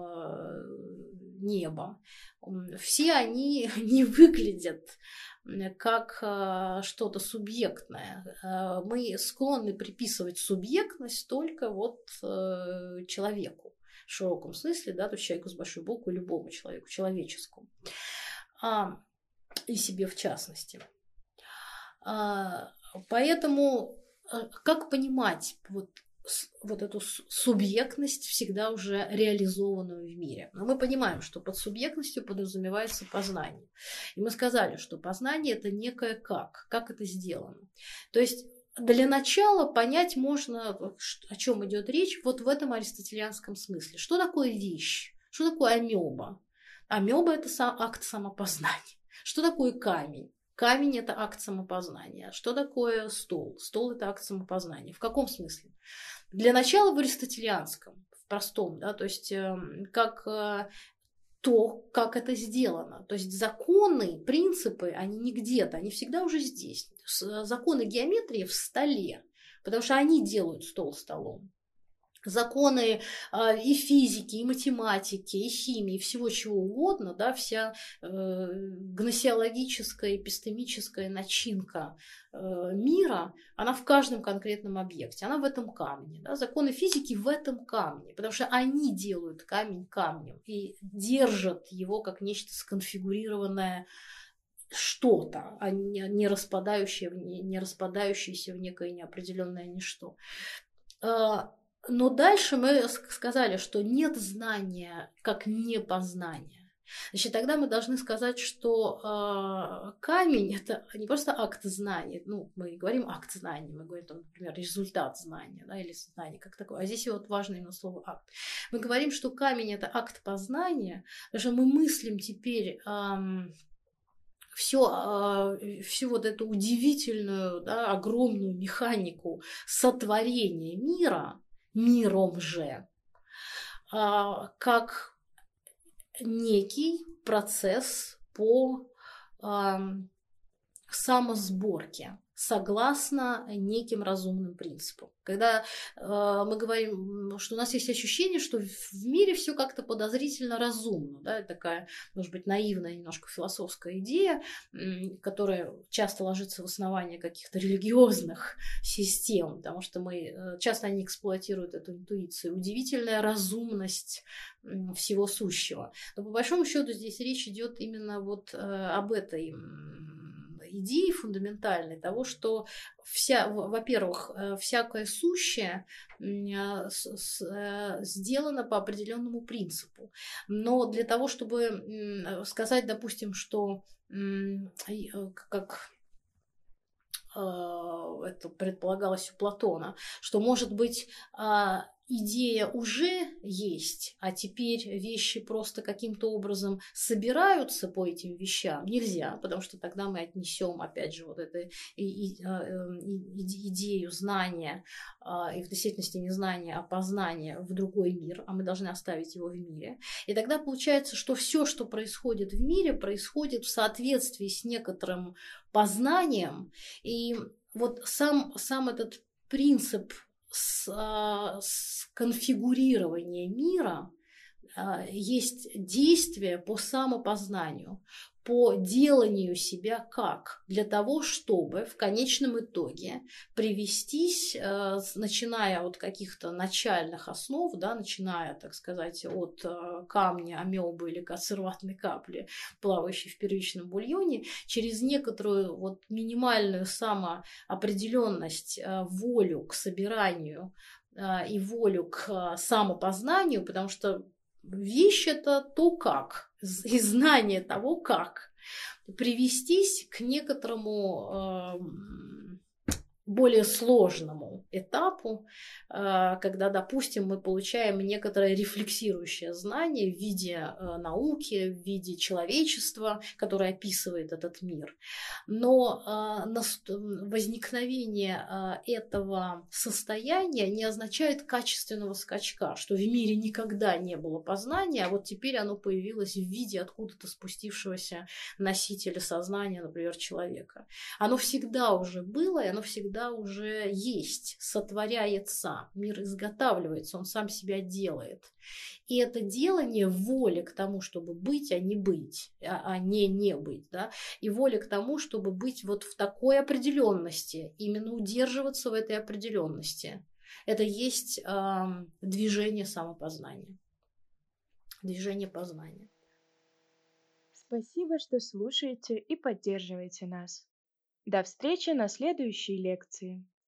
небо. Все они не выглядят как что-то субъектное. Мы склонны приписывать субъектность только вот человеку в широком смысле, да, то есть человеку с большой буквы, любому человеку, человеческому, и себе в частности. Поэтому как понимать вот эту субъектность, всегда уже реализованную в мире? Но мы понимаем, что под субъектностью подразумевается познание. И мы сказали, что познание – это некое как это сделано. То есть для начала понять можно, о чем идет речь, вот в этом аристотелианском смысле. Что такое вещь? Что такое амеба? Амеба – это акт самопознания. Что такое камень? Камень – это акт самопознания. Что такое стол? Стол – это акт самопознания. В каком смысле? Для начала в аристотелианском, в простом, да, то есть как это сделано. То есть законы, принципы, они не где-то, они всегда уже здесь. Законы геометрии в столе, потому что они делают стол столом. законы и физики, и математики, и химии, всего чего угодно, да, вся гносеологическая, эпистемическая начинка мира, она в каждом конкретном объекте, она в этом камне. Да, законы физики в этом камне, потому что они делают камень камнем и держат его как нечто сконфигурированное что-то, а не распадающееся в некое неопределенное ничто. Но дальше мы сказали, что нет знания как непознания. Значит, тогда мы должны сказать, что камень – это не просто акт знания. Ну, мы говорим акт знания, мы говорим, там, например, результат знания, да, или знание как такое. А здесь вот важно именно слово акт. Мы говорим, что камень – это акт познания, потому что мы мыслим теперь всю вот эту удивительную, да, огромную механику сотворения мира, миром же, как некий процесс по самосборке согласно неким разумным принципам. Когда мы говорим, что у нас есть ощущение, что в мире все как-то подозрительно разумно, да, это такая, может быть, наивная немножко философская идея, которая часто ложится в основание каких-то религиозных систем, потому что часто они эксплуатируют эту интуицию, удивительная разумность всего сущего. Но по большому счету здесь речь идет именно вот об этой идеи фундаментальной того, что во-первых, всякое сущее сделано по определенному принципу. Но для того, чтобы сказать, допустим, что как это предполагалось у Платона, что, может быть, идея уже есть, а теперь вещи просто каким-то образом собираются по этим вещам, нельзя, потому что тогда мы отнесем, опять же, вот эту идею знания, и в действительности не знания, а познания в другой мир, а мы должны оставить его в мире. И тогда получается, что все, что происходит в мире, происходит в соответствии с некоторым познанием, и вот сам этот принцип конфигурирования мира есть действие по самопознанию, по деланию себя как, для того, чтобы в конечном итоге привестись, начиная от каких-то начальных основ, да, начиная, так сказать, от камня, амебы или консерватной капли, плавающей в первичном бульоне, через некоторую вот минимальную самоопределенность, волю к собиранию и волю к самопознанию, потому что вещь – это то, как, и знание того, как привестись к некоторому более сложному этапу, когда, допустим, мы получаем некоторое рефлексирующее знание в виде науки, в виде человечества, которое описывает этот мир. Но возникновение этого состояния не означает качественного скачка, что в мире никогда не было познания, а вот теперь оно появилось в виде откуда-то спустившегося носителя сознания, например, человека. Оно всегда уже было, и оно всегда уже есть, сотворяется, мир изготавливается, он сам себя делает. И это делание воли к тому, чтобы быть, а не быть, а не быть, да, и воля к тому, чтобы быть вот в такой определенности, именно удерживаться в этой определенности. Это есть движение самопознания, движение познания. Спасибо, что слушаете и поддерживаете нас. До встречи на следующей лекции.